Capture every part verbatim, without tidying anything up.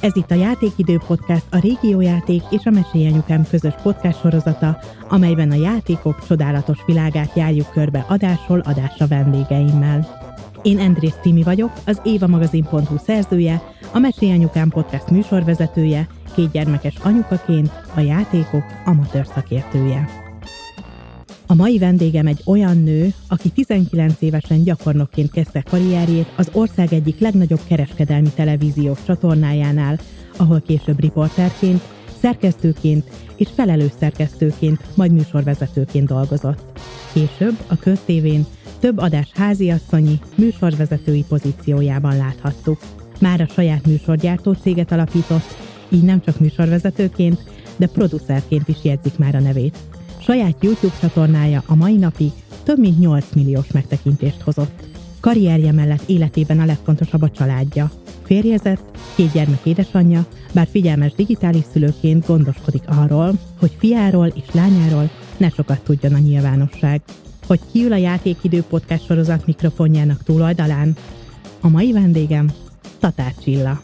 Ez itt a Játékidő Podcast, a Régiójáték és a Mesélj Anyukám közös podcast sorozata, amelyben a játékok csodálatos világát járjuk körbe adásról adásra vendégeimmel. Én Endrész Timi vagyok, az évamagazin pont hu szerzője, a Mesélj Anyukám podcast műsorvezetője, két gyermekes anyukaként a játékok amatőr szakértője. A mai vendégem egy olyan nő, aki tizenkilenc évesen gyakornokként kezdte karrierjét az ország egyik legnagyobb kereskedelmi televíziós csatornájánál, ahol később riporterként, szerkesztőként és felelős szerkesztőként, majd műsorvezetőként dolgozott. Később a köztévén több adás háziasszonyi, műsorvezetői pozíciójában láthattuk. Már a saját műsorgyártó céget alapított, így nem csak műsorvezetőként, de producerként is jegyzik már a nevét. Saját YouTube csatornája a mai napig több mint nyolc milliós megtekintést hozott. Karrierje mellett életében a legfontosabb a családja. Férjezett, két gyermek édesanyja, bár figyelmes digitális szülőként gondoskodik arról, hogy fiáról és lányáról ne sokat tudjon a nyilvánosság. Hogy ki ül a Játékidő podcast sorozat mikrofonjának túloldalán? A mai vendégem Tatár Csilla.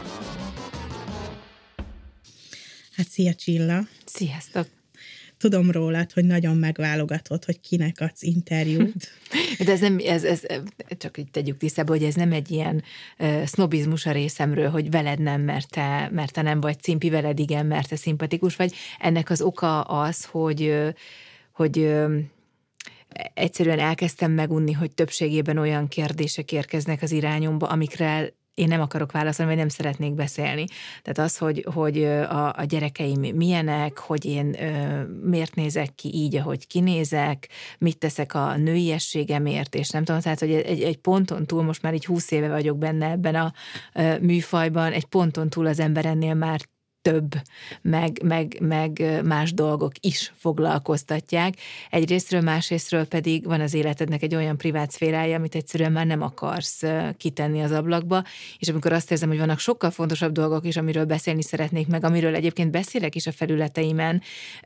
Hát szia Csilla! Sziasztok! Tudom rólad, hogy nagyon megválogatod, hogy kinek adsz interjút. De ez nem, ez, ez, csak így tegyük tisztába, hogy ez nem egy ilyen uh, sznobizmus a részemről, hogy veled nem, mert te, mert te nem vagy cimpi, veled igen, mert te szimpatikus vagy. Ennek az oka az, hogy, hogy uh, egyszerűen elkezdtem megunni, hogy többségében olyan kérdések érkeznek az irányomba, amikre én nem akarok válaszolni, vagy nem szeretnék beszélni. Tehát az, hogy, hogy a, a gyerekeim milyenek, hogy én ö, miért nézek ki így, ahogy kinézek, mit teszek a nőiességemért, és nem tudom, tehát, hogy egy, egy ponton túl, most már így húsz éve vagyok benne ebben a ö, műfajban, egy ponton túl az ember ennél már több, meg, meg, meg más dolgok is foglalkoztatják. Egyrésztről, másrésztről pedig van az életednek egy olyan privát szférája, amit egyszerűen már nem akarsz kitenni az ablakba, és amikor azt érzem, hogy vannak sokkal fontosabb dolgok is, amiről beszélni szeretnék, meg amiről egyébként beszélek is a felületeimen,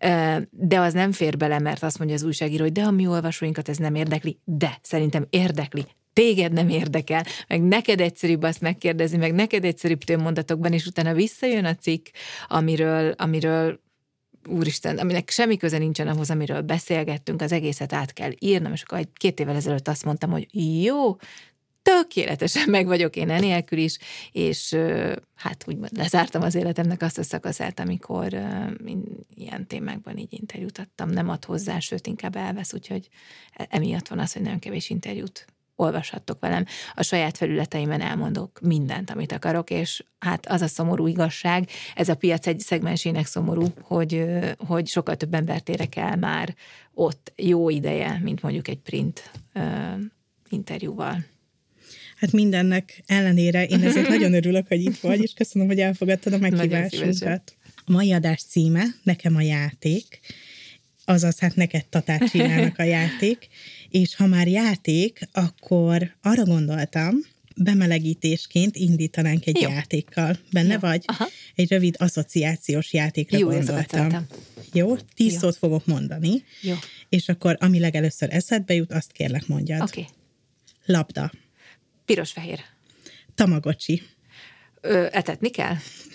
de az nem fér bele, mert azt mondja az újságíró, hogy de a mi olvasóinkat ez nem érdekli, de szerintem érdekli. Téged nem érdekel, meg neked egyszerűbb azt megkérdezni, meg neked egyszerűbb tömmondatokban, és utána visszajön a cikk, amiről, amiről úristen, aminek semmi köze nincsen ahhoz, amiről beszélgettünk, az egészet át kell írnom, és akkor egy két évvel ezelőtt azt mondtam, hogy jó, tökéletesen meg vagyok én enélkül is, és hát úgymond lezártam az életemnek azt a szakaszát, amikor ilyen témákban így interjút adtam, nem ad hozzá, sőt inkább elvesz, úgyhogy emiatt van az, hogy nagyon kevés interjút olvashattok velem. A saját felületeimen elmondok mindent, amit akarok, és hát az a szomorú igazság, ez a piac egy szegmensének szomorú, hogy, hogy sokkal több embert érek el már ott jó ideje, mint mondjuk egy print uh, interjúval. Hát mindennek ellenére én ezért nagyon örülök, hogy itt vagy, és köszönöm, hogy elfogadtad a meghívásunkat. A mai adás címe Nekem a játék, azaz hát neked Tatár Csillának a játék, és ha már játék, akkor arra gondoltam, bemelegítésként indítanánk egy Jó. játékkal. Benne Jó. vagy? Aha. Egy rövid asszociációs játékra Jó, gondoltam. Jó? Tíz Jó. szót fogok mondani. Jó. És akkor ami legelőször eszedbe jut, azt kérlek mondjad. Oké. Okay. Labda. Piros-fehér. Tamagocsi. Ö, etetni kell?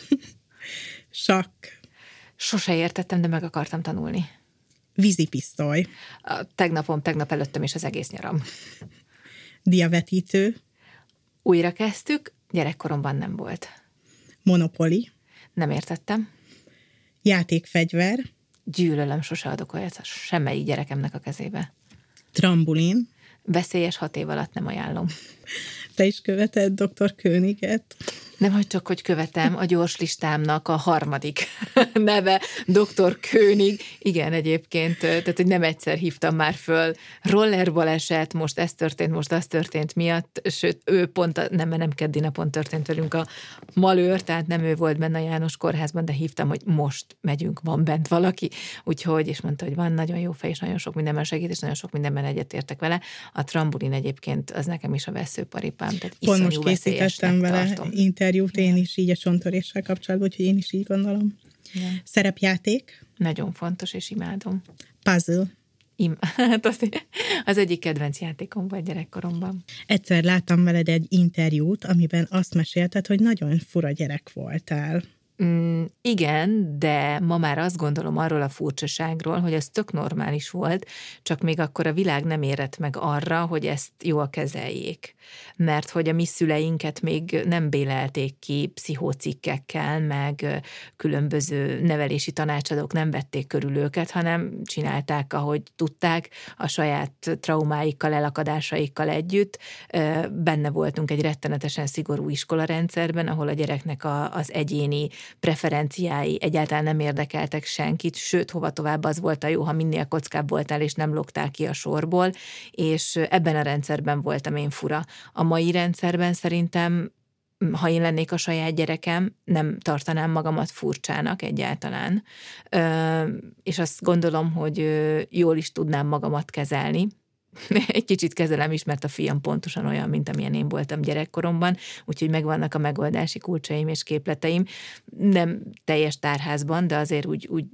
Sakk. Sose értettem, de meg akartam tanulni. Vízipisztoly. A tegnapom, tegnap előttem is az egész nyaram. Diavetítő. Újra kezdtük, gyerekkoromban nem volt. Monopoli. Nem értettem. Játékfegyver. Gyűlölöm, sose adok olyat semmelyik gyerekemnek a kezébe. Trambulin. Veszélyes, hat év alatt nem ajánlom. Te is követed doktor Königet? Nem, hogy csak, hogy követem, a gyors listámnak a harmadik neve, doktor König. Igen, egyébként, tehát, hogy nem egyszer hívtam már föl. Rollerbaleset, most ez történt, most az történt miatt, sőt, ő pont, a, nem, nem keddi napon történt velünk a malőr, tehát nem ő volt benne a János kórházban, de hívtam, hogy most megyünk, van bent valaki. Úgyhogy, és mondta, hogy van nagyon jó fej, és nagyon sok mindenben segít, és nagyon sok mindenben egyetértek vele. A trambulin egyébként, az nekem is a veszőparipám, tehát pont most készítettem vele tartom. interjút, én is így a csontoréssel kapcsolatban, úgyhogy én is így gondolom. Igen. Szerepjáték. Nagyon fontos, és imádom. Puzzle. Im, hát az, az egyik kedvenc játékom volt gyerekkoromban. Egyszer láttam veled egy interjút, amiben azt mesélted, hogy nagyon fura gyerek voltál. Mm, igen, de ma már azt gondolom arról a furcsaságról, hogy ez tök normális volt, csak még akkor a világ nem érett meg arra, hogy ezt jól kezeljék. Mert hogy a mi szüleinket még nem bélelték ki pszichócikkekkel, meg különböző nevelési tanácsadók nem vették körül őket, hanem csinálták, ahogy tudták, a saját traumáikkal, elakadásaikkal együtt. Benne voltunk egy rettenetesen szigorú iskolarendszerben, ahol a gyereknek a, az egyéni preferenciái egyáltalán nem érdekeltek senkit, sőt, hova tovább az volt a jó, ha minél kockább voltál, és nem logtál ki a sorból, és ebben a rendszerben voltam én fura. A mai rendszerben szerintem, ha én lennék a saját gyerekem, nem tartanám magamat furcsának egyáltalán. És azt gondolom, hogy jól is tudnám magamat kezelni. Egy kicsit kezelem is, mert a fiam pontosan olyan, mint amilyen én voltam gyerekkoromban, úgyhogy megvannak a megoldási kulcsaim és képleteim. Nem teljes tárházban, de azért úgy, úgy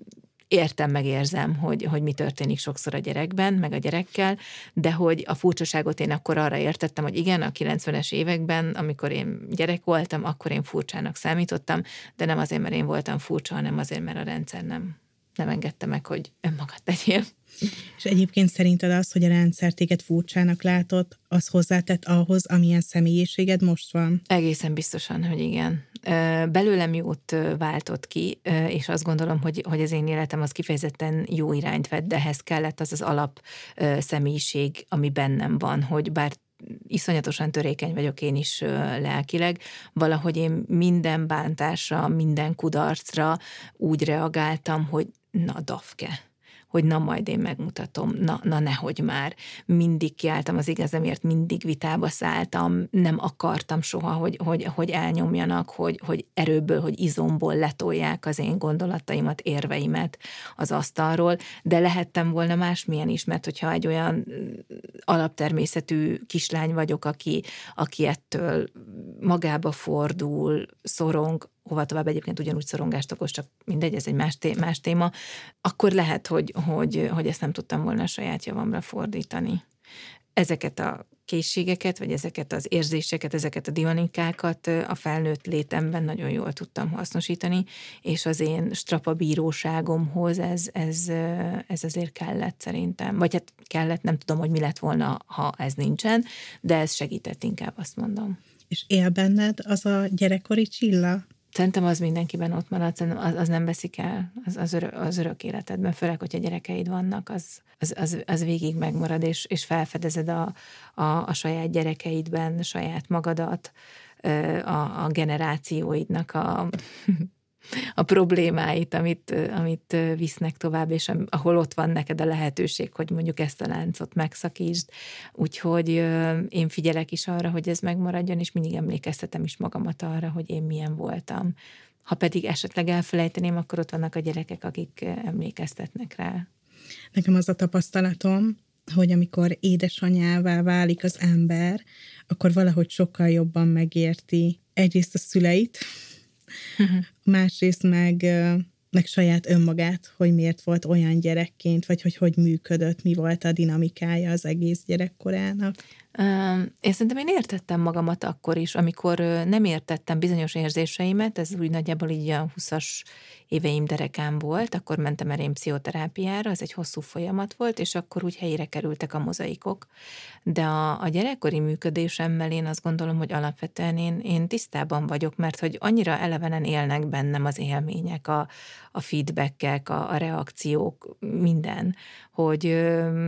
értem, megérzem, hogy, hogy mi történik sokszor a gyerekben, meg a gyerekkel, de hogy a furcsaságot én akkor arra értettem, hogy igen, a kilencvenes években, amikor én gyerek voltam, akkor én furcsának számítottam, de nem azért, mert én voltam furcsa, hanem azért, mert a rendszer nem, nem engedte meg, hogy önmagad tegyél. És egyébként szerinted az, hogy a rendszer téged furcsának látott, az hozzátett ahhoz, amilyen személyiséged most van? Egészen biztosan, hogy igen. Belőlem jót váltott ki, és azt gondolom, hogy, hogy az én életem az kifejezetten jó irányt vett, de ehhez kellett az az alap személyiség, ami bennem van, hogy bár iszonyatosan törékeny vagyok én is lelkileg, valahogy én minden bántásra, minden kudarcra úgy reagáltam, hogy na dafke, hogy na majd én megmutatom, na, na nehogy már. Mindig kiálltam az igazamért, mindig vitába szálltam, nem akartam soha, hogy, hogy, hogy elnyomjanak, hogy, hogy erőből, hogy izomból letolják az én gondolataimat, érveimet az asztalról, de lehettem volna másmilyen is, mert hogyha egy olyan alaptermészetű kislány vagyok, aki, aki ettől magába fordul, szorong, hova tovább egyébként ugyanúgy szorongást okoz, csak mindegy, ez egy más, té- más téma, akkor lehet, hogy, hogy, hogy ezt nem tudtam volna a saját javamra fordítani. Ezeket a készségeket, vagy ezeket az érzéseket, ezeket a dinamikákat a felnőtt létemben nagyon jól tudtam hasznosítani, és az én strapabíróságomhoz ez, ez, ez azért kellett szerintem. Vagy hát kellett, nem tudom, hogy mi lett volna, ha ez nincsen, de ez segített inkább, azt mondom. És él benned az a gyerekkori Csilla? Szerintem az mindenkiben ott marad, az, az nem veszik el az, az, örök, az örök életedben, főleg, hogyha gyerekeid vannak, az, az, az, az végig megmarad, és, és felfedezed a, a, a saját gyerekeidben, saját magadat, a, a generációidnak a, a problémáit, amit, amit visznek tovább, és ahol ott van neked a lehetőség, hogy mondjuk ezt a láncot megszakítsd. Úgyhogy én figyelek is arra, hogy ez megmaradjon, és mindig emlékeztetem is magamat arra, hogy én milyen voltam. Ha pedig esetleg elfelejteném, akkor ott vannak a gyerekek, akik emlékeztetnek rá. Nekem az a tapasztalatom, hogy amikor édesanyává válik az ember, akkor valahogy sokkal jobban megérti egyrészt a szüleit, másrészt meg, meg saját önmagát, hogy miért volt olyan gyerekként, vagy hogy hogy működött, mi volt a dinamikája az egész gyerekkorának. Én szerintem én értettem magamat akkor is, amikor nem értettem bizonyos érzéseimet, ez úgy nagyjából így a huszas éveim derekán volt, akkor mentem el én pszichoterápiára, ez egy hosszú folyamat volt, és akkor úgy helyére kerültek a mozaikok. De a, a gyerekkori működésemmel én azt gondolom, hogy alapvetően én, én tisztában vagyok, mert hogy annyira elevenen élnek bennem az élmények, a, a feedbackek, a, a reakciók, minden, hogy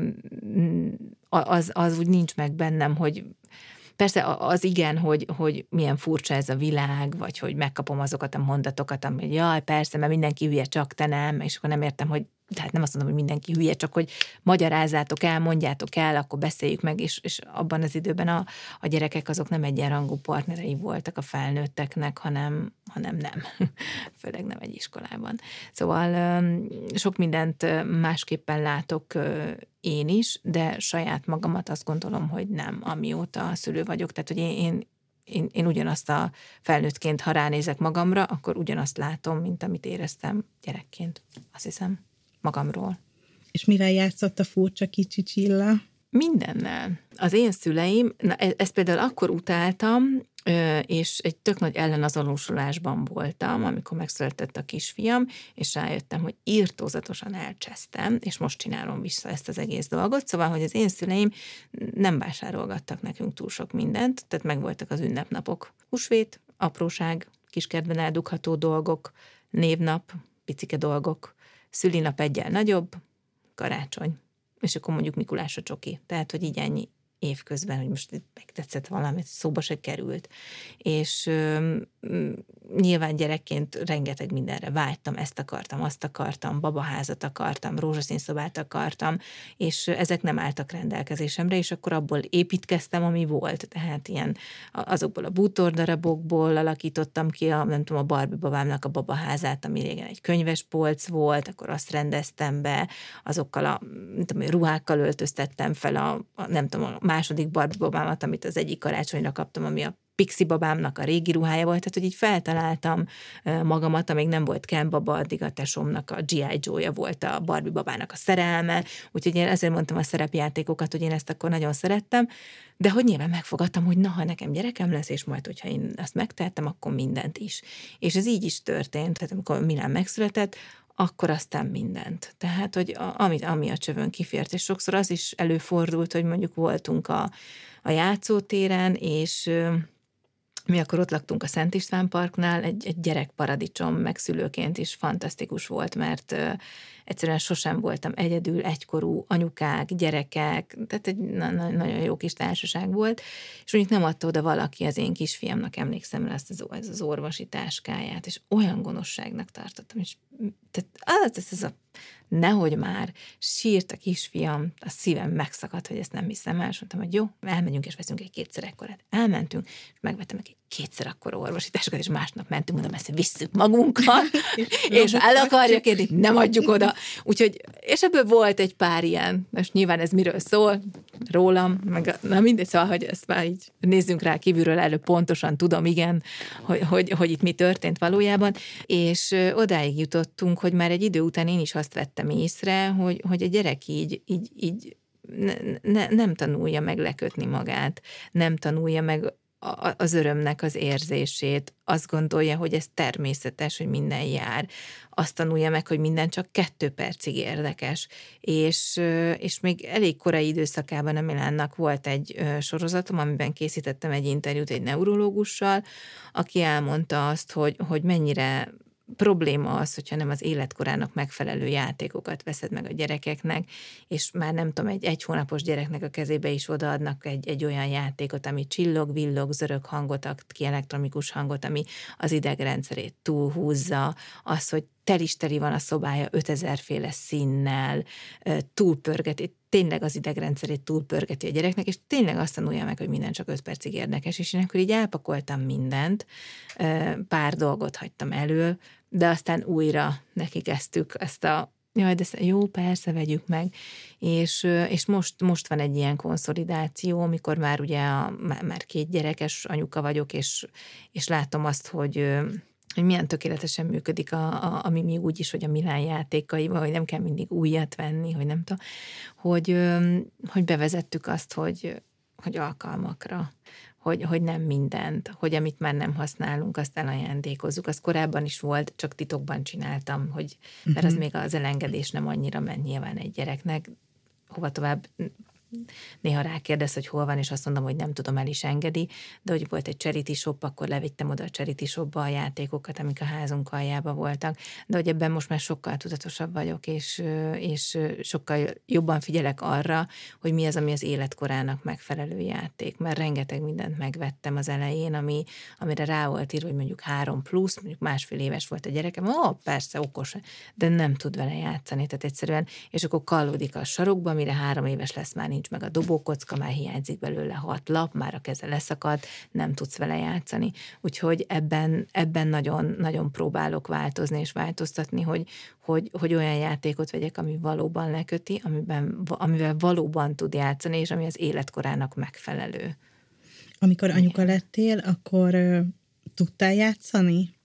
az, az úgy nincs meg bennem, hogy persze az igen, hogy, hogy milyen furcsa ez a világ, vagy hogy megkapom azokat a mondatokat, ami jaj, persze, mert mindenki hülye, csak te nem, és akkor nem értem, hogy tehát nem azt mondom, hogy mindenki hülye, csak hogy magyarázzátok el, mondjátok el, akkor beszéljük meg, és, és abban az időben a, a gyerekek azok nem egyenrangú partnerei voltak a felnőtteknek, hanem, hanem nem. Főleg nem egy iskolában. Szóval sok mindent másképpen látok én is, de saját magamat azt gondolom, hogy nem, amióta szülő vagyok. Tehát, hogy én, én Én, én ugyanazt a felnőttként, ha ránézek magamra, akkor ugyanazt látom, mint amit éreztem gyerekként, azt hiszem, magamról. És mivel játszott a furcsa kicsi Csilla? Mindennel. Az én szüleim, na ezt például akkor utáltam, és egy tök nagy ellenazonosulásban voltam, amikor megszületett a kisfiam, és rájöttem, hogy irtózatosan elcsesztem, és most csinálom vissza ezt az egész dolgot. Szóval, hogy az én szüleim nem vásárolgattak nekünk túl sok mindent, tehát megvoltak az ünnepnapok. Húsvét, apróság, kiskertben eldugható dolgok, névnap, picike dolgok, szülinap egyel nagyobb, karácsony. És akkor mondjuk Mikulás a csoki. Tehát, hogy így ennyi évközben, hogy most megtetszett valamit, szóba se került. És ö, nyilván gyerekként rengeteg mindenre vágytam, ezt akartam, azt akartam, babaházat akartam, rózsaszín szobát akartam, és ezek nem álltak rendelkezésemre, és akkor abból építkeztem, ami volt. Tehát ilyen azokból a bútordarabokból alakítottam ki, a, nem tudom, a Barbie babámnak a babaházát, ami régen egy könyvespolc volt, akkor azt rendeztem be, azokkal a nem tudom, ruhákkal öltöztettem fel a, a nem tudom, a második Barbie babámat, amit az egyik karácsonyra kaptam, ami a Pixi babámnak a régi ruhája volt, tehát hogy így feltaláltam magamat, amíg nem volt Ken baba, addig a tesómnak a gé i. Joe-ja volt a Barbie babának a szerelme, úgyhogy én ezért mondtam a szerepjátékokat, hogy én ezt akkor nagyon szerettem, de hogy nyilván megfogadtam, hogy na, ha nekem gyerekem lesz, és majd, hogyha én ezt megtettem, akkor mindent is. És ez így is történt, tehát amikor Milán megszületett, akkor aztán mindent. Tehát, hogy ami, ami a csövön kifért, és sokszor az is előfordult, hogy mondjuk voltunk a, a játszótéren, és mi akkor ott laktunk a Szent István Parknál, egy, egy gyerekparadicsom, megszülőként is fantasztikus volt, mert uh, egyszerűen sosem voltam egyedül, egykorú anyukák, gyerekek, tehát egy na- na- nagyon jó kis társaság volt, és mondjuk nem adta oda valaki az én kisfiamnak, emlékszem rá ezt az, ez az orvosi táskáját, és olyan gonoszságnak tartottam, és tehát az, ez, ez a nehogy már, sírt a kisfiam, a szívem megszakadt, hogy ezt nem hiszem el, és mondtam, hogy jó, elmegyünk és veszünk egy kétszer ekkorát. Elmentünk, és megvettem egy kétszer akkor orvosi táskát, és másnap mentünk, mondom, ezt visszük magunkkal, és el akarja kérni, nem adjuk oda. Úgyhogy, és ebből volt egy pár ilyen, most nyilván ez miről szól, rólam, meg na mindegy, szóval, hogy ezt már így nézzünk rá kívülről, előbb pontosan tudom, igen, hogy, hogy, hogy itt mi történt valójában, és odáig jutottunk, hogy már egy idő után én is azt vettem észre, hogy, hogy a gyerek így, így, így ne, ne, nem tanulja meg lekötni magát, nem tanulja meg az örömnek az érzését, azt gondolja, hogy ez természetes, hogy minden jár, azt tanulja meg, hogy minden csak kettő percig érdekes, és, és még elég korai időszakában a Milánnak volt egy sorozatom, amiben készítettem egy interjút egy neurológussal, aki elmondta azt, hogy, hogy mennyire probléma az, hogyha nem az életkorának megfelelő játékokat veszed meg a gyerekeknek, és már nem tudom, egy egy hónapos gyereknek a kezébe is odaadnak egy, egy olyan játékot, ami csillog, villog, zörög hangot ad ki, elektronikus hangot, ami az idegrendszerét túlhúzza, az, hogy tel-is-teli van a szobája ötezerféle színnel, túlpörgeti, tényleg az idegrendszerét túlpörgeti a gyereknek, és tényleg azt tanulja meg, hogy minden csak öt percig érdekes, és én akkor így elpakoltam mindent, pár dolgot hagytam elő, de aztán újra nekikezdtük ezt a jaj, de jó, persze, vegyük meg, és, és most, most van egy ilyen konszolidáció, amikor már ugye a, már két gyerekes anyuka vagyok, és, és látom azt, hogy hogy milyen tökéletesen működik a, a, a Mimi úgy is, hogy a Milán játékaival, hogy nem kell mindig újat venni, hogy nem tudom, hogy, hogy bevezettük azt, hogy, hogy alkalmakra, hogy, hogy nem mindent, hogy amit már nem használunk, azt elajándékozzuk. Az korábban is volt, csak titokban csináltam, hogy, mert az még az elengedés nem annyira ment nyilván egy gyereknek, hova tovább néha rákérdez, hogy hol van, és azt mondom, hogy nem tudom, el is engedi, de hogy volt egy charity shop, akkor levittem oda a charity shopba a játékokat, amik a házunk aljában voltak, de hogy ebben most már sokkal tudatosabb vagyok, és, és sokkal jobban figyelek arra, hogy mi az, ami az életkorának megfelelő játék, mert rengeteg mindent megvettem az elején, ami, amire rá volt írva, hogy mondjuk három plusz, mondjuk másfél éves volt a gyerekem, ó, persze, okos, de nem tud vele játszani, tehát egyszerűen, és akkor kallódik a sarokba, mire három éves lesz, már nincs meg a dobókocka, már hiányzik belőle hat lap, már a keze leszakadt, nem tudsz vele játszani. Úgyhogy ebben, ebben nagyon, nagyon próbálok változni és változtatni, hogy, hogy, hogy olyan játékot vegyek, ami valóban leköti, amiben, amivel valóban tud játszani, és ami az életkorának megfelelő. Amikor anyuka lettél, akkor uh, tudtál játszani?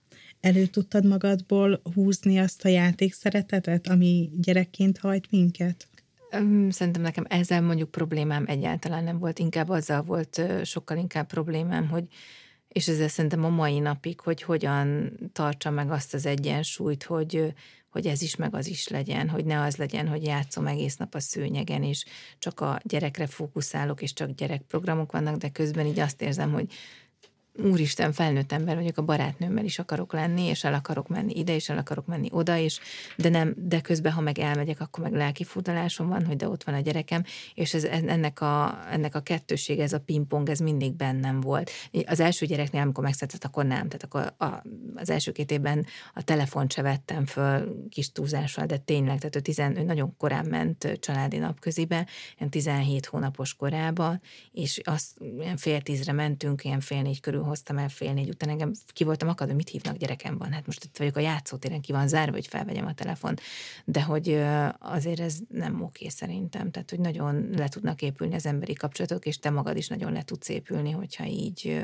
elő tudtad magadból húzni azt a játék szeretetet, ami gyerekként hajt minket? Szerintem nekem ezzel mondjuk problémám egyáltalán nem volt, inkább azzal volt sokkal inkább problémám, hogy és ezzel szerintem a mai napig, hogy hogyan tartsa meg azt az egyensúlyt, hogy, hogy ez is meg az is legyen, hogy ne az legyen, hogy játszom egész nap a szőnyegen, és csak a gyerekre fókuszálok, és csak gyerekprogramok vannak, de közben így azt érzem, hogy úristen, felnőtt ember vagyok, a barátnőmmel is akarok lenni, és el akarok menni ide, és el akarok menni oda, és de nem, de közben, ha meg elmegyek, akkor meg lelki furdalásom van, hogy de ott van a gyerekem, és ez, ennek, a, ennek a kettőség, ez a pingpong, ez mindig bennem volt. Az első gyereknél, amikor megszületett, akkor nem. Tehát akkor a, az első két évben a telefont se vettem föl kis túlzással, de tényleg, tehát ő, tizen, ő nagyon korán ment családi napközibe, ilyen tizenhét hónapos korában, és azt ilyen fél tízre mentünk, ilyen fél négy körül hoztam el fél négy után, engem ki voltam akad, hogy mit hívnak, gyerekem van. Hát most itt vagyok a játszótéren, ki van zárva, hogy felvegyem a telefont. De hogy azért ez nem oké szerintem. Tehát, hogy nagyon le tudnak épülni az emberi kapcsolatok, és te magad is nagyon le tudsz épülni, hogyha így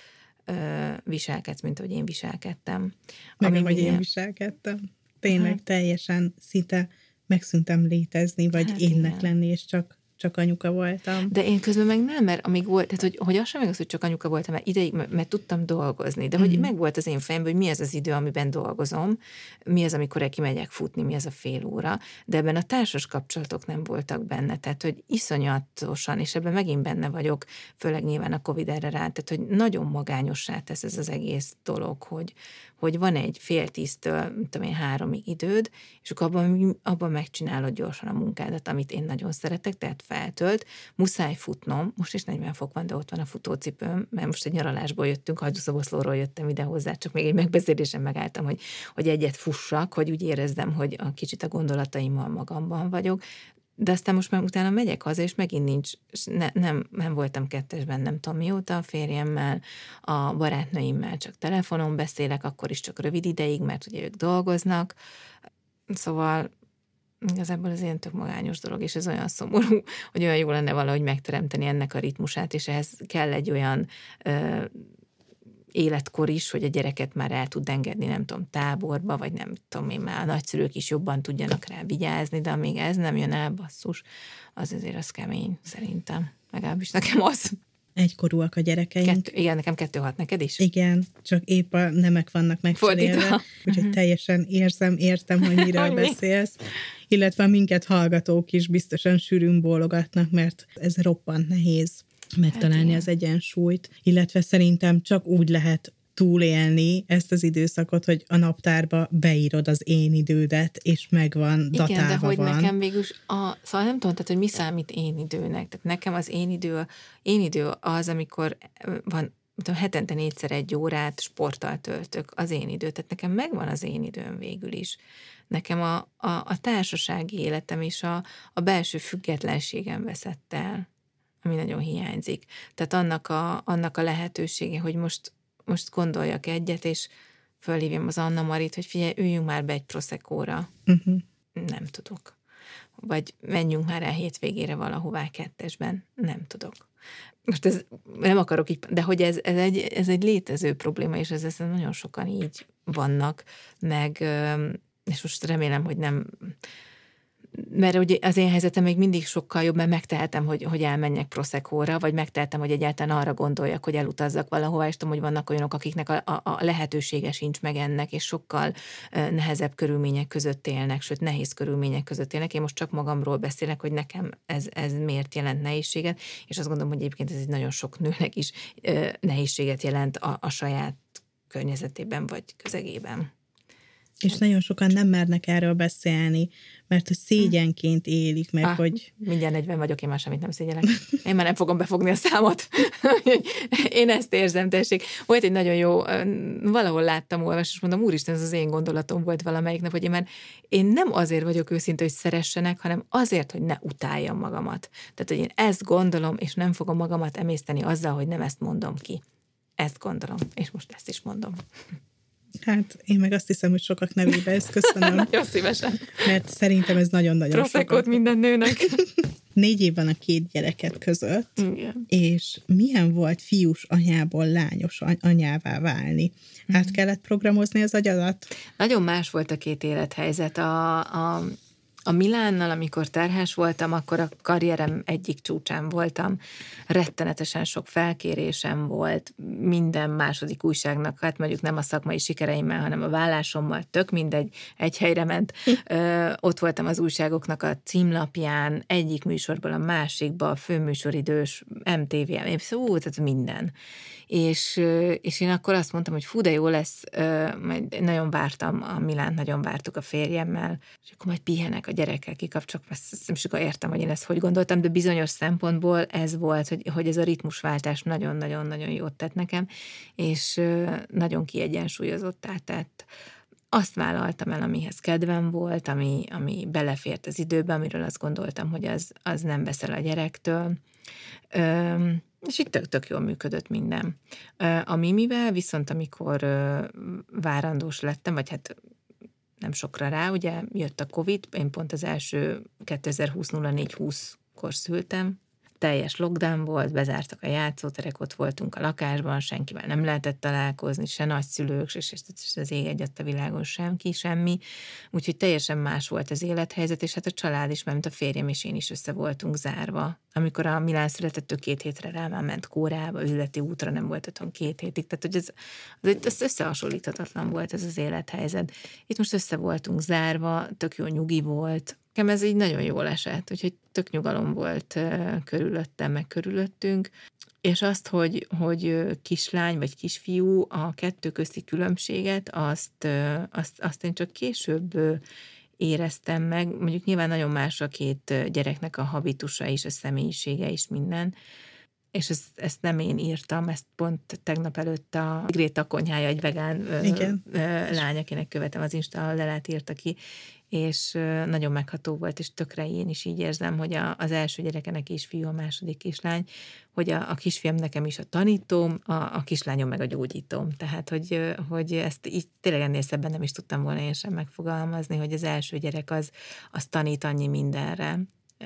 ö, viselkedsz, mint ahogy én viselkedtem. Meg ahogy én viselkedtem. Tényleg uh-huh. teljesen szinte megszűntem létezni, vagy hát énnek igen. lenni, és csak csak anyuka voltam. De én közben meg nem, mert amíg volt, tehát hogy, hogy az sem meg az, hogy csak anyuka voltam, mert ideig, mert, mert tudtam dolgozni, de hogy mm. meg volt az én fejemben, hogy mi az az idő, amiben dolgozom, mi az, amikor kimegyek futni, mi az a fél óra, de ebben a társas kapcsolatok nem voltak benne, tehát hogy iszonyatosan, és ebben megint benne vagyok, főleg nyilván a Covid erre rá, tehát hogy nagyon magányossá tesz ez az egész dolog, hogy, hogy van egy fél tíztől, mint tudom én, háromig időd, és akkor abban, abban megcsinálod gyorsan a munkádat, amit én nagyon szeretek, tehát feltölt, muszáj futnom, most is negyven fok van, de ott van a futócipőm, mert most egy nyaralásból jöttünk, Hajdúszoboszlóról jöttem ide hozzá, csak még egy megbeszélésen megálltam, hogy, hogy egyet fussak, hogy úgy érezzem, hogy a kicsit a gondolataimmal magamban vagyok, de aztán most már utána megyek haza, és megint nincs, ne, nem, nem voltam kettesben, nem tudom mióta, a férjemmel, a barátnőimmel csak telefonon beszélek, akkor is csak rövid ideig, mert ugye ők dolgoznak, szóval igazából ez ilyen tök magányos dolog, és ez olyan szomorú, hogy olyan jó lenne valahogy megteremteni ennek a ritmusát, és ehhez kell egy olyan ö, életkor is, hogy a gyereket már el tud engedni, nem tudom, táborba, vagy nem tudom én, már a nagyszülők is jobban tudjanak rá vigyázni, de amíg ez nem jön el, basszus, az azért az kemény, szerintem. Legalábbis nekem az. Egykorúak a gyerekeink. Kettő, igen, nekem kettő hat, neked is? Igen, csak épp a nemek vannak megcserélve, úgyhogy teljesen érzem, értem, hogy miről beszélsz, illetve minket hallgatók is biztosan sűrűn bólogatnak, mert ez roppant nehéz megtalálni hát az egyensúlyt, illetve szerintem csak úgy lehet túlélni ezt az időszakot, hogy a naptárba beírod az én idődet, és megvan, datálva igen, de hogy van. Nekem végül a, szóval nem tudom, tehát, hogy mi számít én időnek. Tehát nekem az én idő, én idő az, amikor van, tudom, hetente négyszer egy órát sporttal töltök, az én idő. Tehát nekem megvan az én időm végül is. Nekem a, a, a társasági életem és a, a belső függetlenségem veszett el, ami nagyon hiányzik. Tehát annak a, annak a lehetősége, hogy most most gondoljak egyet, és fölhívjam az Anna Marit, hogy figyelj, üljünk már be egy Prosecco-ra. Uh-huh. Nem tudok. Vagy menjünk már el hétvégére valahová kettesben. Nem tudok. Most ez nem akarok így, de hogy ez, ez, egy, ez egy létező probléma, és ez, ez nagyon sokan így vannak, meg, és most remélem, hogy nem... Mert ugye az én helyzetem még mindig sokkal jobb, mert megtehetem, hogy, hogy elmenjek Prosecco-ra, vagy megtehetem, hogy egyáltalán arra gondoljak, hogy elutazzak valahova, és tudom, hogy vannak olyanok, akiknek a, a, a lehetősége sincs meg ennek, és sokkal nehezebb körülmények között élnek, sőt nehéz körülmények között élnek. Én most csak magamról beszélek, hogy nekem ez, ez miért jelent nehézséget, és azt gondolom, hogy egyébként ez egy nagyon sok nőnek is nehézséget jelent a, a saját környezetében, vagy közegében. És nagyon sokan nem mernek erről beszélni, mert hogy szégyenként élik meg, ah, hogy... Mindjárt negyven vagyok, én már semmit nem szégyelek. Én már nem fogom befogni a számot. Én ezt érzem, tessék. Volt egy nagyon jó, valahol láttam, olvas, és mondom, úristen, ez az én gondolatom volt valamelyik nap, hogy én már én nem azért vagyok őszinte, hogy szeressenek, hanem azért, hogy ne utáljam magamat. Tehát, hogy én ezt gondolom, és nem fogom magamat emészteni azzal, hogy nem ezt mondom ki. Ezt gondolom, és most ezt is mondom. Hát én meg azt hiszem, hogy sokak nevében ezt köszönöm. Nagyon szívesen. Mert szerintem ez nagyon-nagyon Prosecco-t minden nőnek. Négy év van a két gyereket között, Igen. és milyen volt fiús anyából lányos anyává válni? Hát kellett programozni az agyadat? Nagyon más volt a két élethelyzet. A, a, a Milánnal, amikor terhes voltam, akkor a karrierem egyik csúcsán voltam. Rettenetesen sok felkérésem volt, minden második újságnak, hát mondjuk nem a szakmai sikereimmel, hanem a vállásommal, tök mindegy, egy helyre ment. Ö, ott voltam az újságoknak a címlapján, egyik műsorból a másikba, a főműsoridős, em té vé, szóval tehát minden. És, és én akkor azt mondtam, hogy fú, de jó lesz, majd nagyon vártam a Milánt, nagyon vártuk a férjemmel, és akkor majd pihenek a gyerekkel, kikapcsolok, ezt nem sokkal értem, hogy én ezt hogy gondoltam, de bizonyos szempontból ez volt, hogy, hogy ez a ritmusváltás nagyon-nagyon-nagyon jót tett nekem, és nagyon kiegyensúlyozottá tett. Azt vállaltam el, amihez kedvem volt, ami, ami belefért az időbe, amiről azt gondoltam, hogy az, az nem veszel a gyerektől. Üm, és így tök-tök jól működött minden. A Mimivel viszont, amikor várandós lettem, vagy hát nem sokra rá, ugye jött a Covid, én pont az első kétezer-húsz nulla négy húszkor szültem, teljes lockdown volt, bezártak a játszóterek, ott voltunk a lakásban, senkivel nem lehetett találkozni, se nagyszülők, és az ég egyet a világon senki, semmi. Úgyhogy teljesen más volt az élethelyzet, és hát a család is, mert a férjem és én is össze voltunk zárva. Amikor a Milán született, ő két hétre rá már ment kórába, üzleti útra nem volt otthon két hétig, tehát hogy ez, ez, ez összehasonlíthatatlan volt ez az élethelyzet. Itt most össze voltunk zárva, tök jó nyugi volt, nekem ez így nagyon jól esett, úgyhogy tök nyugalom volt körülöttem, meg körülöttünk, és azt, hogy, hogy kislány vagy kisfiú, a kettő közti különbséget, azt, azt, azt én csak később éreztem meg, mondjuk nyilván nagyon más a két gyereknek a habitusa is, a személyisége is minden, és ezt, ezt nem én írtam, ezt pont tegnap előtt a Gréta Konyhája, egy vegán Igen. lány, akinek követem az Insta lelát írta ki, és nagyon megható volt, és tökre én is így érzem, hogy a, az első gyerekenek kisfiú, a második kislány, hogy a, a kisfiam nekem is a tanítóm, a, a kislányom meg a gyógyítóm. Tehát, hogy, hogy ezt így tényleg ennél szebben nem is tudtam volna én sem megfogalmazni, hogy az első gyerek az, az tanít annyi mindenre,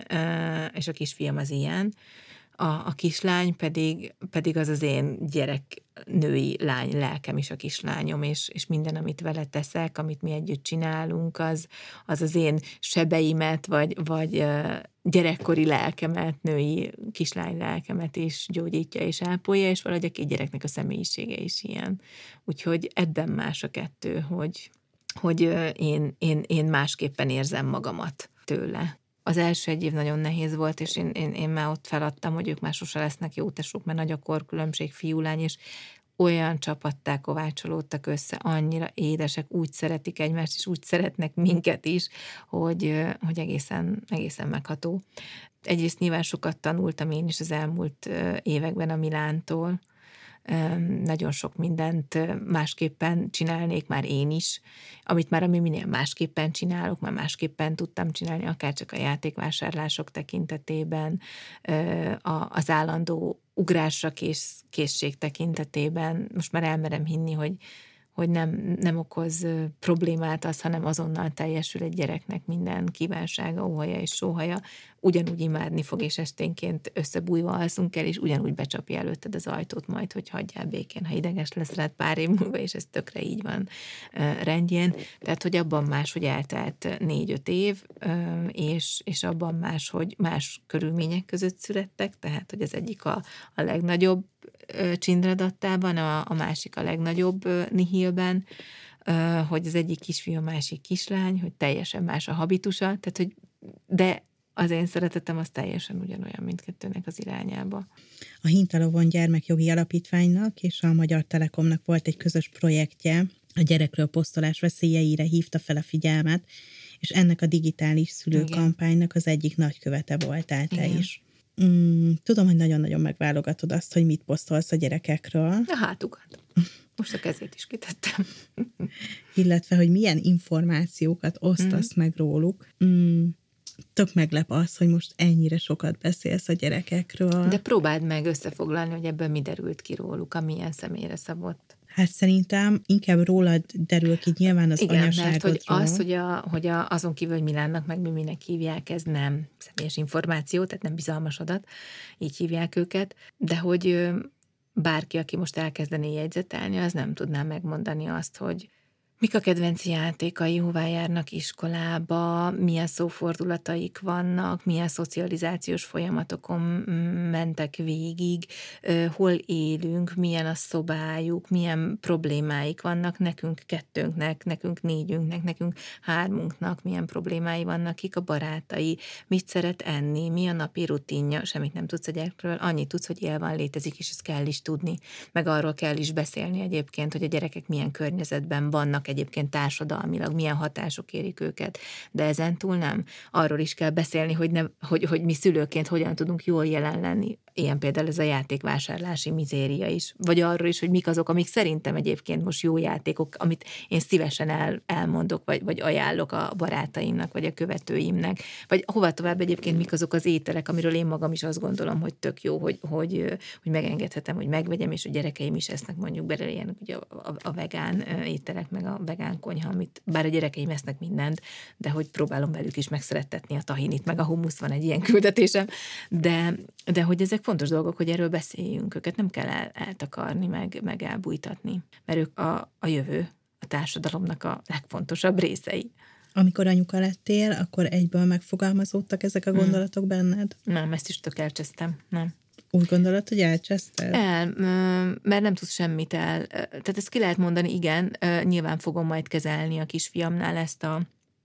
és a kisfiam az ilyen. A, a kislány pedig, pedig az az én gyerek, női lány, lelkem is a kislányom, és, és minden, amit vele teszek, amit mi együtt csinálunk, az az, az én sebeimet, vagy, vagy gyerekkori lelkemet, női kislány lelkemet is gyógyítja és ápolja, és valahogy a két gyereknek a személyisége is ilyen. Úgyhogy ebben más a kettő, hogy, hogy én, én, én másképpen érzem magamat tőle. Az első egy év nagyon nehéz volt, és én, én, én már ott feladtam, hogy ők már sose lesznek jó tesók, mert nagy a korkülönbség, fiú-lány, és olyan csapattá kovácsolódtak össze, annyira édesek, úgy szeretik egymást, és úgy szeretnek minket is, hogy, hogy egészen, egészen megható. Egyrészt nyilván sokat tanultam én is az elmúlt években a Milántól, nagyon sok mindent másképpen csinálnék már én is, amit már ami minél másképpen csinálok, már másképpen tudtam csinálni, akár csak a játékvásárlások tekintetében, az állandó ugrásra kész, készség tekintetében. Most már elmerem hinni, hogy hogy nem, nem okoz problémát az, hanem azonnal teljesül egy gyereknek minden kívánsága, óhaja és sóhaja, ugyanúgy imádni fog, és esténként összebújva alszunk el, és ugyanúgy becsapja előtted az ajtót majd, hogy hagyjál békén, ha ideges lesz rád pár év múlva, és ez tökre így van rendjén. Tehát, hogy abban más, hogy eltelt négy-öt év, és, és abban más, hogy más körülmények között születtek, tehát, hogy az egyik a, a legnagyobb Csindradattában, a, a másik a legnagyobb Nihilben, hogy az egyik kisfiú, a másik kislány, hogy teljesen más a habitusa, tehát, hogy de az én szeretetem az teljesen ugyanolyan mindkettőnek az irányába. A Hintalovon Gyermekjogi Alapítványnak és a Magyar Telekomnak volt egy közös projektje, a gyerekről posztolás veszélyeire hívta fel a figyelmet, és ennek a digitális szülőkampánynak az egyik nagykövete voltál te Igen. is. Mm, tudom, hogy nagyon-nagyon megválogatod azt, hogy mit posztolsz a gyerekekről. A hátukat. Most a kezét is kitettem. Illetve, hogy milyen információkat osztasz mm. meg róluk. Mm, tök meglep az, hogy most ennyire sokat beszélsz a gyerekekről. De próbáld meg összefoglalni, hogy ebből mi derült ki róluk, a milyen személyre szabott. Hát szerintem inkább rólad derül ki nyilván az igen, anyaságodról. mert hogy az, hogy, a, hogy a, azon kívül, hogy Milánnak meg mi minek hívják, ez nem személyes információ, tehát nem bizalmas adat, így hívják őket, de hogy bárki, aki most elkezdené jegyzetelni, az nem tudná megmondani azt, hogy mik a kedvenc játékai, hová járnak iskolába, milyen szófordulataik vannak, milyen szocializációs folyamatokon mentek végig, hol élünk, milyen a szobájuk, milyen problémáik vannak nekünk kettőnknek, nekünk négyünknek, nekünk hármunknak, milyen problémái vannak, kik a barátai, mit szeret enni, mi a napi rutinja, semmit nem tudsz a gyerekről, annyit tudsz, hogy él van, létezik, és ezt kell is tudni, meg arról kell is beszélni egyébként, hogy a gyerekek milyen környezetben vannak egyébként társadalmilag, milyen hatások érik őket, de ezentúl nem. Arról is kell beszélni, hogy, nem, hogy, hogy mi szülőként hogyan tudunk jól jelen lenni. Ilyen például ez a játékvásárlási mizéria is. Vagy arról is, hogy mik azok, amik szerintem egyébként most jó játékok, amit én szívesen el, elmondok, vagy, vagy ajánlok a barátaimnak, vagy a követőimnek. Vagy hova tovább egyébként mik azok az ételek, amiről én magam is azt gondolom, hogy tök jó, hogy, hogy, hogy megengedhetem, hogy megvegyem, és a gyerekeim is esznek mondjuk bele ilyenek, ugye a, a, a vegán ételek, meg a vegán konyha, amit bár a gyerekeim esznek mindent, de hogy próbálom velük is megszerettetni a tahinit, meg a humusz, van egy ilyen küldetésem, de, de hogy ezek fontos dolgok, hogy erről beszéljünk, őket nem kell el, eltakarni, meg, meg elbújtatni, mert ők a, a jövő, a társadalomnak a legfontosabb részei. Amikor anyuka lettél, akkor egyből megfogalmazódtak ezek a gondolatok hmm. benned? Nem, ezt is tök elcsesztem, nem. Úgy gondolod, hogy elcseszted? El, mert nem tudsz semmit el. Tehát ezt ki lehet mondani, igen, nyilván fogom majd kezelni a kisfiamnál ezt a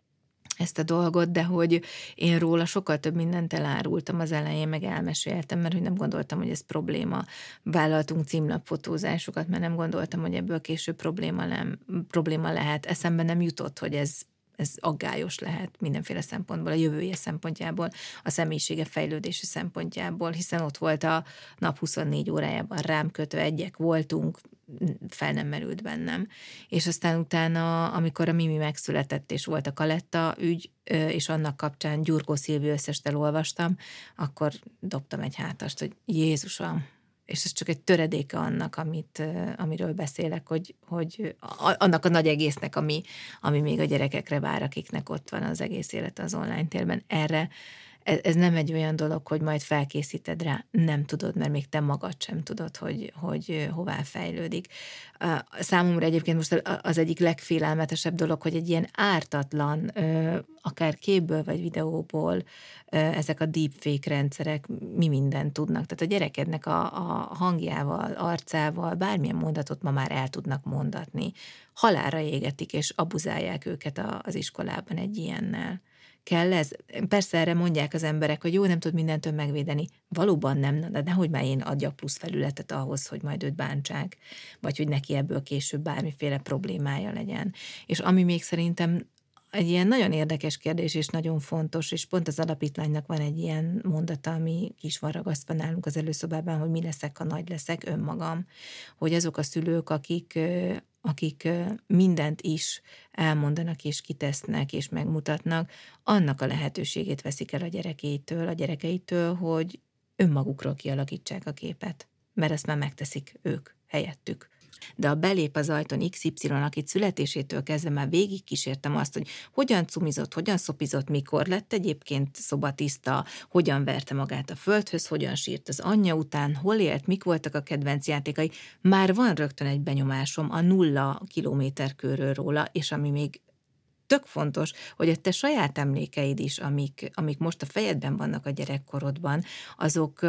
ezt a dolgot, de hogy én róla sokkal több mindent elárultam az elején, meg elmeséltem, mert hogy nem gondoltam, hogy ez probléma. Vállaltunk címlapfotózásokat, mert nem gondoltam, hogy ebből később probléma, nem, probléma lehet. Eszembe nem jutott, hogy ez ez aggályos lehet mindenféle szempontból, a jövője szempontjából, a személyisége fejlődése szempontjából, hiszen ott volt a nap huszonnégy órájában rám kötve, egyek voltunk, fel nem merült bennem. És aztán utána, amikor a Mimi megszületett, és volt a Kaletta ügy, és annak kapcsán Gyurkó Szilvi összest elolvastam, akkor dobtam egy hátast, hogy Jézusom, és ez csak egy töredéke annak, amit, amiről beszélek, hogy, hogy annak a nagy egésznek, ami, ami még a gyerekekre vár, akiknek ott van az egész élet az online térben. Erre ez, ez nem egy olyan dolog, hogy majd felkészíted rá, nem tudod, mert még te magad sem tudod, hogy, hogy hová fejlődik. Számomra egyébként most az egyik legfélelmetesebb dolog, hogy egy ilyen ártatlan, akár képből vagy videóból ezek a deepfake rendszerek mi mindent tudnak. Tehát a gyerekednek a, a hangjával, arcával bármilyen mondatot ma már el tudnak mondatni. Halálra égetik és abuzálják őket az iskolában egy ilyennel. Kell ez? Persze erre mondják az emberek, hogy jó, nem tud mindentől megvédeni. Valóban nem, de nehogy már én adjak plusz felületet ahhoz, hogy majd őt bántsák, vagy hogy neki ebből később bármiféle problémája legyen. És ami még szerintem egy ilyen nagyon érdekes kérdés, és nagyon fontos, és pont az alapítványnak van egy ilyen mondata, ami is van ragasztva nálunk az előszobában, hogy mi leszek, ha nagy leszek, önmagam. Hogy azok a szülők, akik, akik mindent is elmondanak, és kitesznek, és megmutatnak, annak a lehetőségét veszik el a gyerekeitől, a gyerekeitől, hogy önmagukról kialakítsák a képet. Mert ezt már megteszik ők helyettük. De a belép az ajtón iksz ipszilon, akit születésétől kezdve már végig kísértem azt, hogy hogyan cumizott, hogyan szopizott, mikor lett egyébként szobatiszta, hogyan verte magát a földhöz, hogyan sírt az anyja után, hol élt, mik voltak a kedvenc játékai. Már van rögtön egy benyomásom a nulla kilométerkörről róla, és ami még tök fontos, hogy a te saját emlékeid is, amik, amik most a fejedben vannak a gyerekkorodban, azok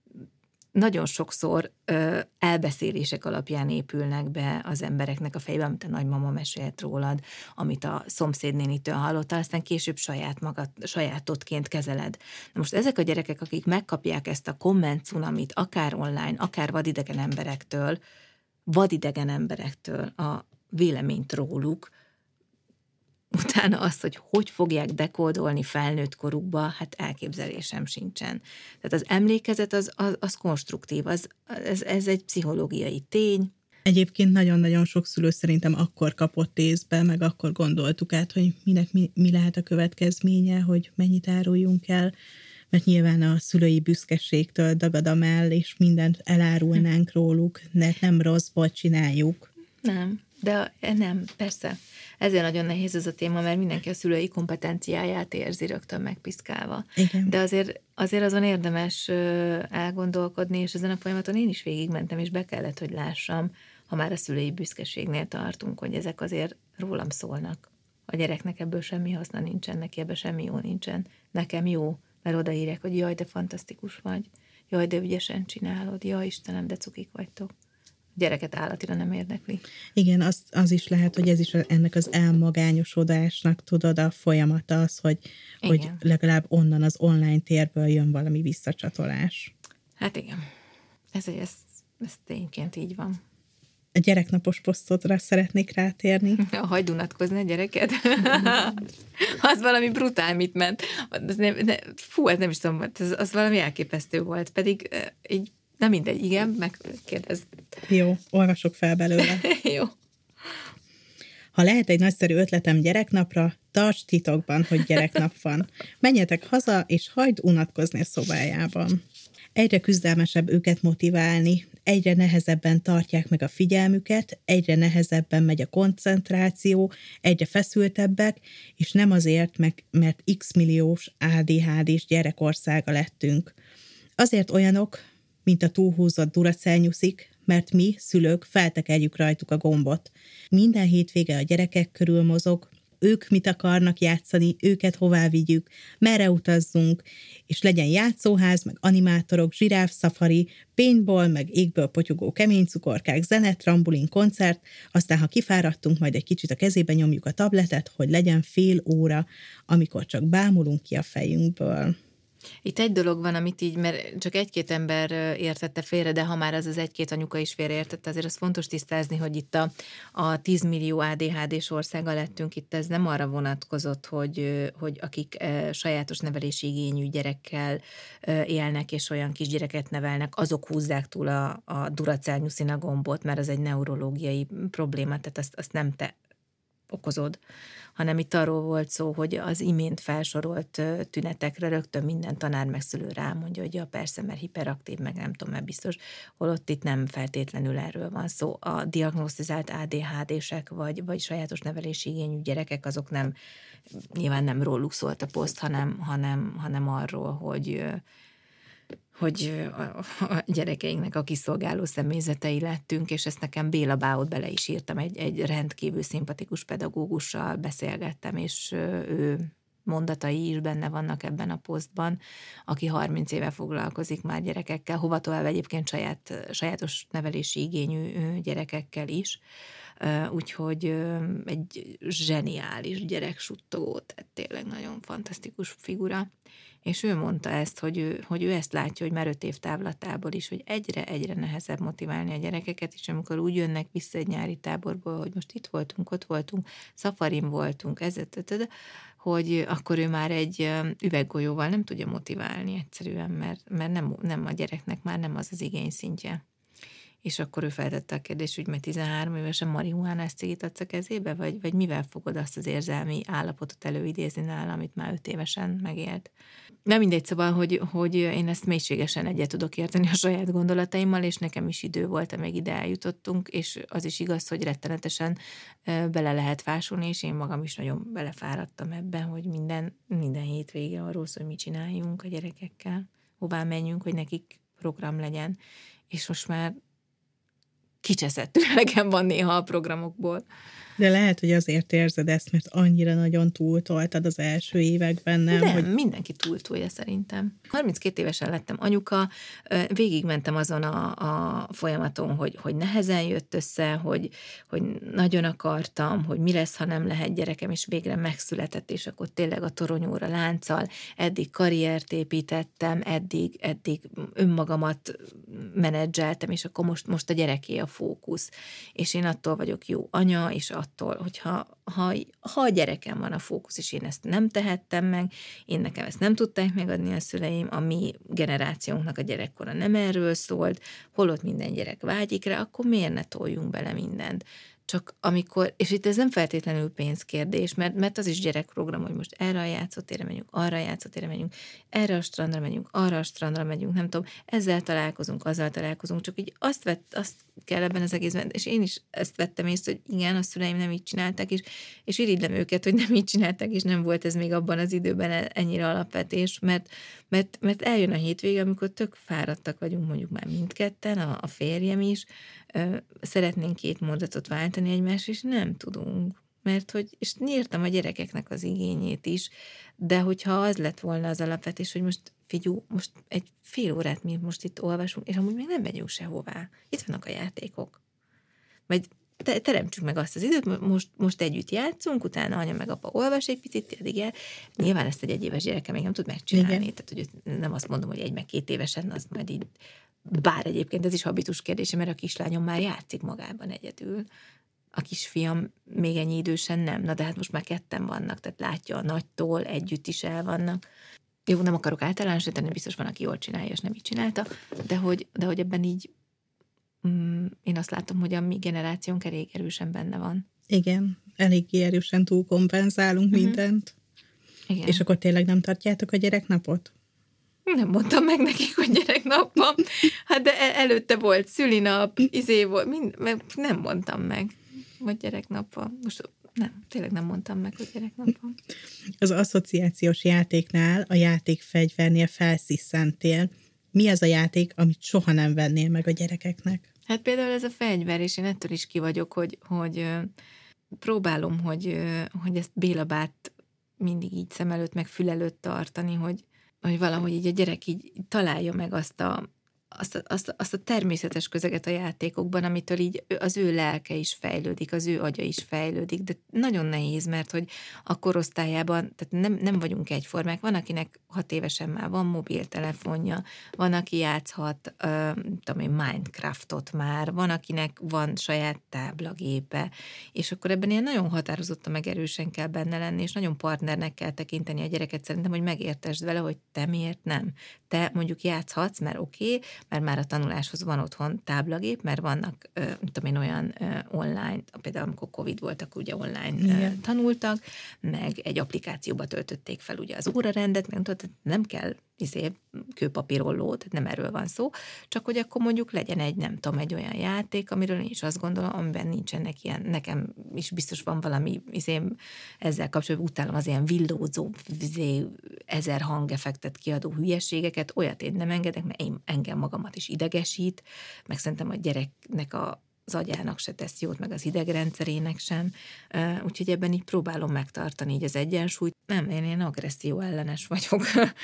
nagyon sokszor ö, elbeszélések alapján épülnek be az embereknek a fejében, amit a nagymama mesélt rólad, amit a szomszédnénitől hallottál, aztán később saját magad, sajátodként kezeled. Na most ezek a gyerekek, akik megkapják ezt a komment cunamit, akár online, akár vadidegen emberektől, vadidegen emberektől a véleményt róluk, utána azt, hogy hogy fogják dekódolni felnőtt korukba, hát elképzelésem sincsen. Tehát az emlékezet az, az, az konstruktív, az, ez, ez egy pszichológiai tény. Egyébként nagyon-nagyon sok szülő szerintem akkor kapott észbe, meg akkor gondoltuk át, hogy minek mi, mi lehet a következménye, hogy mennyit áruljunk el, mert nyilván a szülői büszkeségtől dagad a mell, és mindent elárulnánk róluk, de nem rosszból csináljuk. Nem, de nem, persze. Ezért nagyon nehéz ez a téma, mert mindenki a szülői kompetenciáját érzi rögtön megpiszkálva. Igen. De azért, azért azon érdemes elgondolkodni, és ezen a folyamaton én is végigmentem, és be kellett, hogy lássam, ha már a szülői büszkeségnél tartunk, hogy ezek azért rólam szólnak. A gyereknek ebből semmi haszna nincsen, neki ebben semmi jó nincsen. Nekem jó, mert odaírják, hogy jaj, de fantasztikus vagy, jaj, de ügyesen csinálod, jaj, Istenem, de cukik vagytok. Gyereket állatira nem érdekli. Igen, az, az is lehet, hogy ez is ennek az elmagányosodásnak, tudod, a folyamata az, hogy, hogy legalább onnan az online térből jön valami visszacsatolás. Hát igen. Ez, ez, ez tényként így van. A gyereknapos posztodra szeretnék rátérni. Hagyd unatkozni a gyereket. Az valami brutál mit ment. Az nem, ne, fú, ez nem is tudom, az, az valami elképesztő volt. Pedig így, na mindegy, igen, megkérdez. Jó, olvasok fel belőle. Jó. Ha lehet egy nagyszerű ötletem gyereknapra, tarts titokban, hogy gyereknap van. Menjetek haza, és hagyd unatkozni a szobájában. Egyre küzdelmesebb őket motiválni, egyre nehezebben tartják meg a figyelmüket, egyre nehezebben megy a koncentráció, egyre feszültebbek, és nem azért, mert x milliós á dé há dés gyerekországa lettünk. Azért olyanok, mint a túlhúzott Duracell-nyuszik, mert mi, szülők, feltekerjük rajtuk a gombot. Minden hétvége a gyerekek körül mozog, ők mit akarnak játszani, őket hová vigyük, merre utazzunk, és legyen játszóház, meg animátorok, zsiráf, szafari, paintball, meg égből potyogó kemény cukorkák, zene, trambulin, koncert, aztán ha kifáradtunk, majd egy kicsit a kezébe nyomjuk a tabletet, hogy legyen fél óra, amikor csak bámulunk ki a fejünkből. Itt egy dolog van, amit így, mert csak egy-két ember értette félre, de ha már az az egy-két anyuka is félreértette, azért az fontos tisztázni, hogy itt a, a tíz millió á dé há dés országa lettünk, itt ez nem arra vonatkozott, hogy, hogy akik sajátos nevelési igényű gyerekkel élnek, és olyan kisgyereket nevelnek, azok húzzák túl a, a Duracell-nyuszin a gombot, mert az egy neurológiai probléma, tehát azt, azt nem te okozod, hanem itt arról volt szó, hogy az imént felsorolt tünetekre rögtön minden tanár megszülő rámondja, hogy ja, persze, mert hiperaktív, meg nem tudom, mert biztos, holott itt nem feltétlenül erről van szó. A diagnosztizált á dé há dések vagy, vagy sajátos nevelési igényű gyerekek, azok nem, nyilván nem róluk szólt a poszt, hanem, hanem, hanem arról, hogy hogy a gyerekeinknek a kiszolgáló személyzetei lettünk, és ezt nekem Béla Báót bele is írtam, egy, egy rendkívül szimpatikus pedagógussal beszélgettem, és ő mondatai is benne vannak ebben a posztban, aki harminc éve foglalkozik már gyerekekkel, hova tovább egyébként saját, sajátos nevelési igényű gyerekekkel is, úgyhogy egy zseniális gyereksuttogó, tehát tényleg nagyon fantasztikus figura, és ő mondta ezt, hogy ő, hogy ő ezt látja, hogy már öt év távlatából is, hogy egyre-egyre nehezebb motiválni a gyerekeket, és amikor úgy jönnek vissza egy nyári táborból, hogy most itt voltunk, ott voltunk, szafarin voltunk, ez, hogy akkor ő már egy üveggolyóval nem tudja motiválni egyszerűen, mert, mert nem, nem a gyereknek már nem az az igényszintje. És akkor ő feltette a kérdést, hogy mert tizenhárom évesen marihuánás cigit adsz a kezébe, vagy, vagy mivel fogod azt az érzelmi állapotot előidézni nála, amit már öt évesen megélt. Nem mindegy, szóval, hogy, hogy én ezt mélységesen egyet tudok érteni a saját gondolataimmal, és nekem is idő volt, amíg ide eljutottunk, és az is igaz, hogy rettenetesen bele lehet fásulni, és én magam is nagyon belefáradtam ebben, hogy minden, minden hétvége arról szól, hogy mit csináljunk a gyerekekkel, hová menjünk, hogy nekik program legyen, és most már kicseszett türelegen van néha a programokból. De lehet, hogy azért érzed ezt, mert annyira nagyon túltoltad az első években, nem? Nem, hogy... mindenki túltolja szerintem. harminckét évesen lettem anyuka, végigmentem azon a, a folyamaton, hogy, hogy nehezen jött össze, hogy, hogy nagyon akartam, hogy mi lesz, ha nem lehet gyerekem, és végre megszületett, és akkor tényleg a toronyóra lánccal, eddig karriert építettem, eddig, eddig önmagamat menedzseltem, és akkor most, most a gyereké a fókusz. És én attól vagyok jó anya, és attól, hogyha ha, ha a gyerekem van a fókusz, és én ezt nem tehettem meg, én nekem ezt nem tudták megadni a szüleim, a mi generációnknak a gyerekkora nem erről szólt, holott minden gyerek vágyik rá, akkor miért ne toljunk bele mindent? Csak amikor, és itt ez nem feltétlenül pénzkérdés, mert, mert az is gyerekprogram, hogy most erre a játszótérre megyünk, arra a játszótérre megyünk, erre a strandra megyünk, arra a strandra megyünk, nem tudom, ezzel találkozunk, azzal találkozunk, csak így azt, vett, azt kell ebben az egészben, és én is ezt vettem észre, hogy igen, a szüleim nem így csinálták, és, és irigylem őket, hogy nem így csinálták, és nem volt ez még abban az időben ennyire alapvetés, mert, mert, mert eljön a hétvége, amikor tök fáradtak vagyunk, mondjuk már mindketten, a, a férjem is, szeretnénk két mondatot váltani egymásra, és nem tudunk. Mert hogy, és írtam a gyerekeknek az igényét is, de hogyha az lett volna az alapvetés, hogy most figyú, most egy fél órát mi most itt olvasunk, és amúgy még nem megyünk sehová. Itt vannak a játékok. Vagy te, teremtsük meg azt az időt, most, most együtt játszunk, utána anya meg apa olvas egy picit, addig el. Nyilván ezt egy egyéves gyereke még nem tud megcsinálni. Igen. Tehát, hogy nem azt mondom, hogy egy meg két évesen, az majd így, bár egyébként ez is habitus kérdése, mert a kislányom már játszik magában egyedül. A kisfiam még ennyi idősen nem. Na de hát most már ketten vannak, tehát látja a nagytól, együtt is el vannak. Jó, nem akarok általánosítani, biztos van, aki jól csinálja, és nem így csinálta, de hogy, de hogy ebben így mm, én azt látom, hogy a mi generációnk elég erősen benne van. Igen, eléggé erősen túlkompenzálunk uh-huh. mindent. Igen. És akkor tényleg nem tartjátok a gyereknapot? Nem mondtam meg nekik, hogy gyereknap van. Hát de előtte volt szülinap, izé volt, mind, nem mondtam meg, hogy gyereknap van. Most nem, tényleg nem mondtam meg, hogy gyereknap van. Az asszociációs játéknál, a játékfegyvernél felszisszentél. Mi az a játék, amit soha nem vennél meg a gyerekeknek? Hát például ez a fegyver, és én ettől is ki vagyok, hogy, hogy próbálom, hogy, hogy ezt Bélabát mindig így szem előtt, meg fül előtt tartani, hogy, hogy valahogy így a gyerek így találja meg azt a, azt, a, azt, a, azt a természetes közeget a játékokban, amitől így az ő lelke is fejlődik, az ő agya is fejlődik, de nagyon nehéz, mert hogy a korosztályában, tehát nem, nem vagyunk egyformák. Van, akinek hat évesen már van mobiltelefonja, van, aki játszhat, uh, tudom én, Minecraftot már, van, akinek van saját táblagépe, és akkor ebben ilyen nagyon határozottan meg erősen kell benne lenni, és nagyon partnernek kell tekinteni a gyereket szerintem, hogy megértesd vele, hogy te miért nem. Te mondjuk játszhatsz, mert oké, okay, mert már a tanuláshoz van otthon táblagép, mert vannak, uh, tudom én, olyan uh, online, például amikor Covid volt, akkor ugye online uh, tanultak, meg egy applikációba töltötték fel ugye az órarendet, meg tudod, nem kell izé, kőpapírolló, tehát nem erről van szó, csak hogy akkor mondjuk legyen egy, nem tudom, egy olyan játék, amiről én is azt gondolom, amiben nincsenek ilyen, nekem is biztos van valami izé, ezzel kapcsolatban, utálom az ilyen villózó, izé, ezer hangeffektet kiadó hülyeségeket, olyat én nem engedek, mert én engem magamat is idegesít, meg szerintem a gyereknek a az agyának se tesz jót, meg az idegrendszerének sem. Úgyhogy ebben így próbálom megtartani így az egyensúlyt. Nem, én ilyen agresszió ellenes vagyok,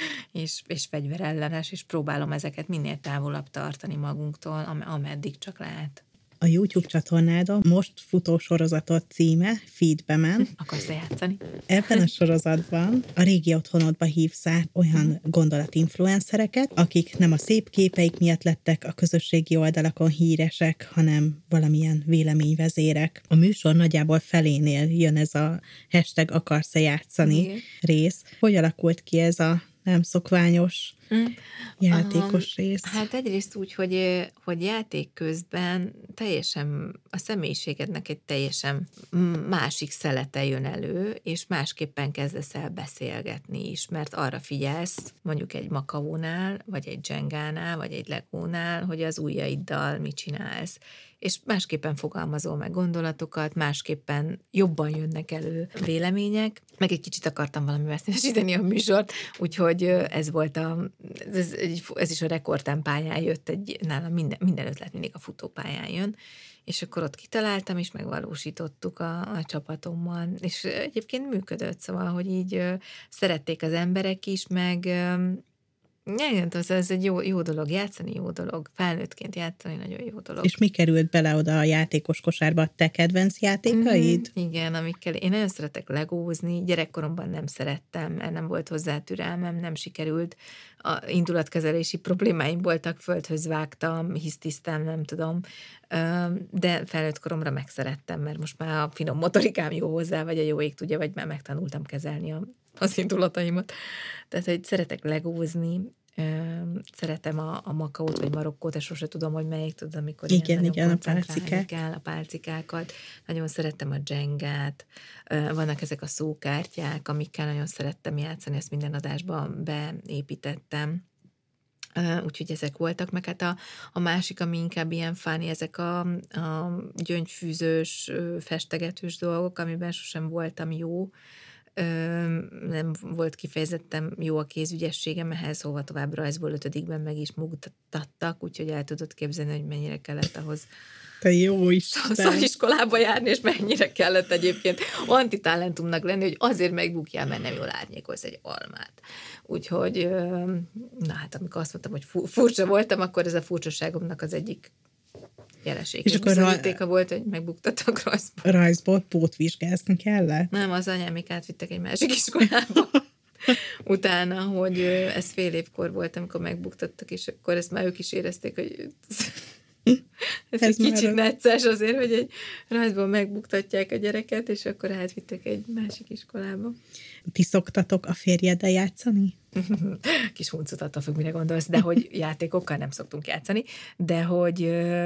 és, és fegyver ellenes, és próbálom ezeket minél távolabb tartani magunktól, am- ameddig csak lehet. A YouTube csatornádon most futó sorozatot címe Feedbe ment. Akarsz játszani? Ebben a sorozatban a régi otthonodba hívsz át olyan gondolatinfluencereket, akik nem a szép képeik miatt lettek a közösségi oldalakon híresek, hanem valamilyen véleményvezérek. A műsor nagyjából felénél jön ez a hashtag akarsz-e játszani Igen. rész. Hogy alakult ki ez a nem szokványos mm. játékos um, rész? Hát egyrészt úgy, hogy, hogy játék közben teljesen a személyiségednek egy teljesen másik szelete jön elő, és másképpen kezdesz el beszélgetni is, mert arra figyelsz, mondjuk egy makaónál, vagy egy dzsengánál, vagy egy legónál, hogy az ujjaiddal mit csinálsz. És másképpen fogalmazol meg gondolatokat, másképpen jobban jönnek elő vélemények, meg egy kicsit akartam valamivel színesíteni a műsort, úgyhogy ez volt a, ez, ez is a rekordtempályán jött, egy, nálam minden, minden ötlet mindig a futópályán jön, és akkor ott kitaláltam, és megvalósítottuk a, a csapatommal, és egyébként működött, szóval, hogy így szerették az emberek is, meg igen, ez egy jó, jó dolog, játszani jó dolog, felnőttként játszani nagyon jó dolog. És mi került bele oda a játékos kosárba? A te kedvenc játékaid? Mm, igen, amikkel én nagyon szeretek legózni, gyerekkoromban nem szerettem, mert nem volt hozzá türelmem, nem sikerült, a indulatkezelési problémáim voltak, földhöz vágtam, hisztisztem, nem tudom, de felnőtt koromra megszerettem, mert most már a finom motorikám jó hozzá, vagy a jó ég tudja, vagy már megtanultam kezelni a az indulataimat. Tehát, hogy szeretek legózni, Szeretem a, a Makaót, vagy Marokkót, de sose tudom, hogy melyik, tudod, amikor igen, ilyen igen, nagyon a pálcikák. kell, a pálcikákat. Nagyon szerettem a dzsengát. Vannak ezek a szókártyák, amikkel nagyon szerettem játszani, ezt minden adásban beépítettem. Úgyhogy ezek voltak, meg hát a, a másik, ami inkább ilyen fáni, ezek a, a gyöngyfűzős, festegetős dolgok, amiben sosem voltam jó. Nem volt kifejezetten jó a kézügyességem, ehhez hova tovább rajzból ötödikben meg is mutattak, úgyhogy el tudod képzelni, hogy mennyire kellett ahhoz te jó Isten! iskolába járni, és mennyire kellett egyébként antitalentumnak lenni, hogy azért megbukjál, mert nem jól árnyékolsz egy almát. Úgyhogy, na hát amikor azt mondtam, hogy furcsa voltam, akkor ez a furcsaságomnak az egyik jeleség. És, és akkor bizonyítéka volt, hogy megbuktattak rajzból. Rajzból pótvizsgázni kellett? Nem, az anyámik átvittek egy másik iskolába. Utána, hogy ez fél évkor volt, amikor megbuktattak, és akkor ezt már ők is érezték, hogy ez, ez egy kicsit a... necces azért, hogy egy rajzból megbuktatják a gyereket, és akkor átvittek egy másik iskolába. Ti szoktatok a férjeddel játszani? Kis huncut, attól függ, mire gondolsz, de hogy játékokkal nem szoktunk játszani, de hogy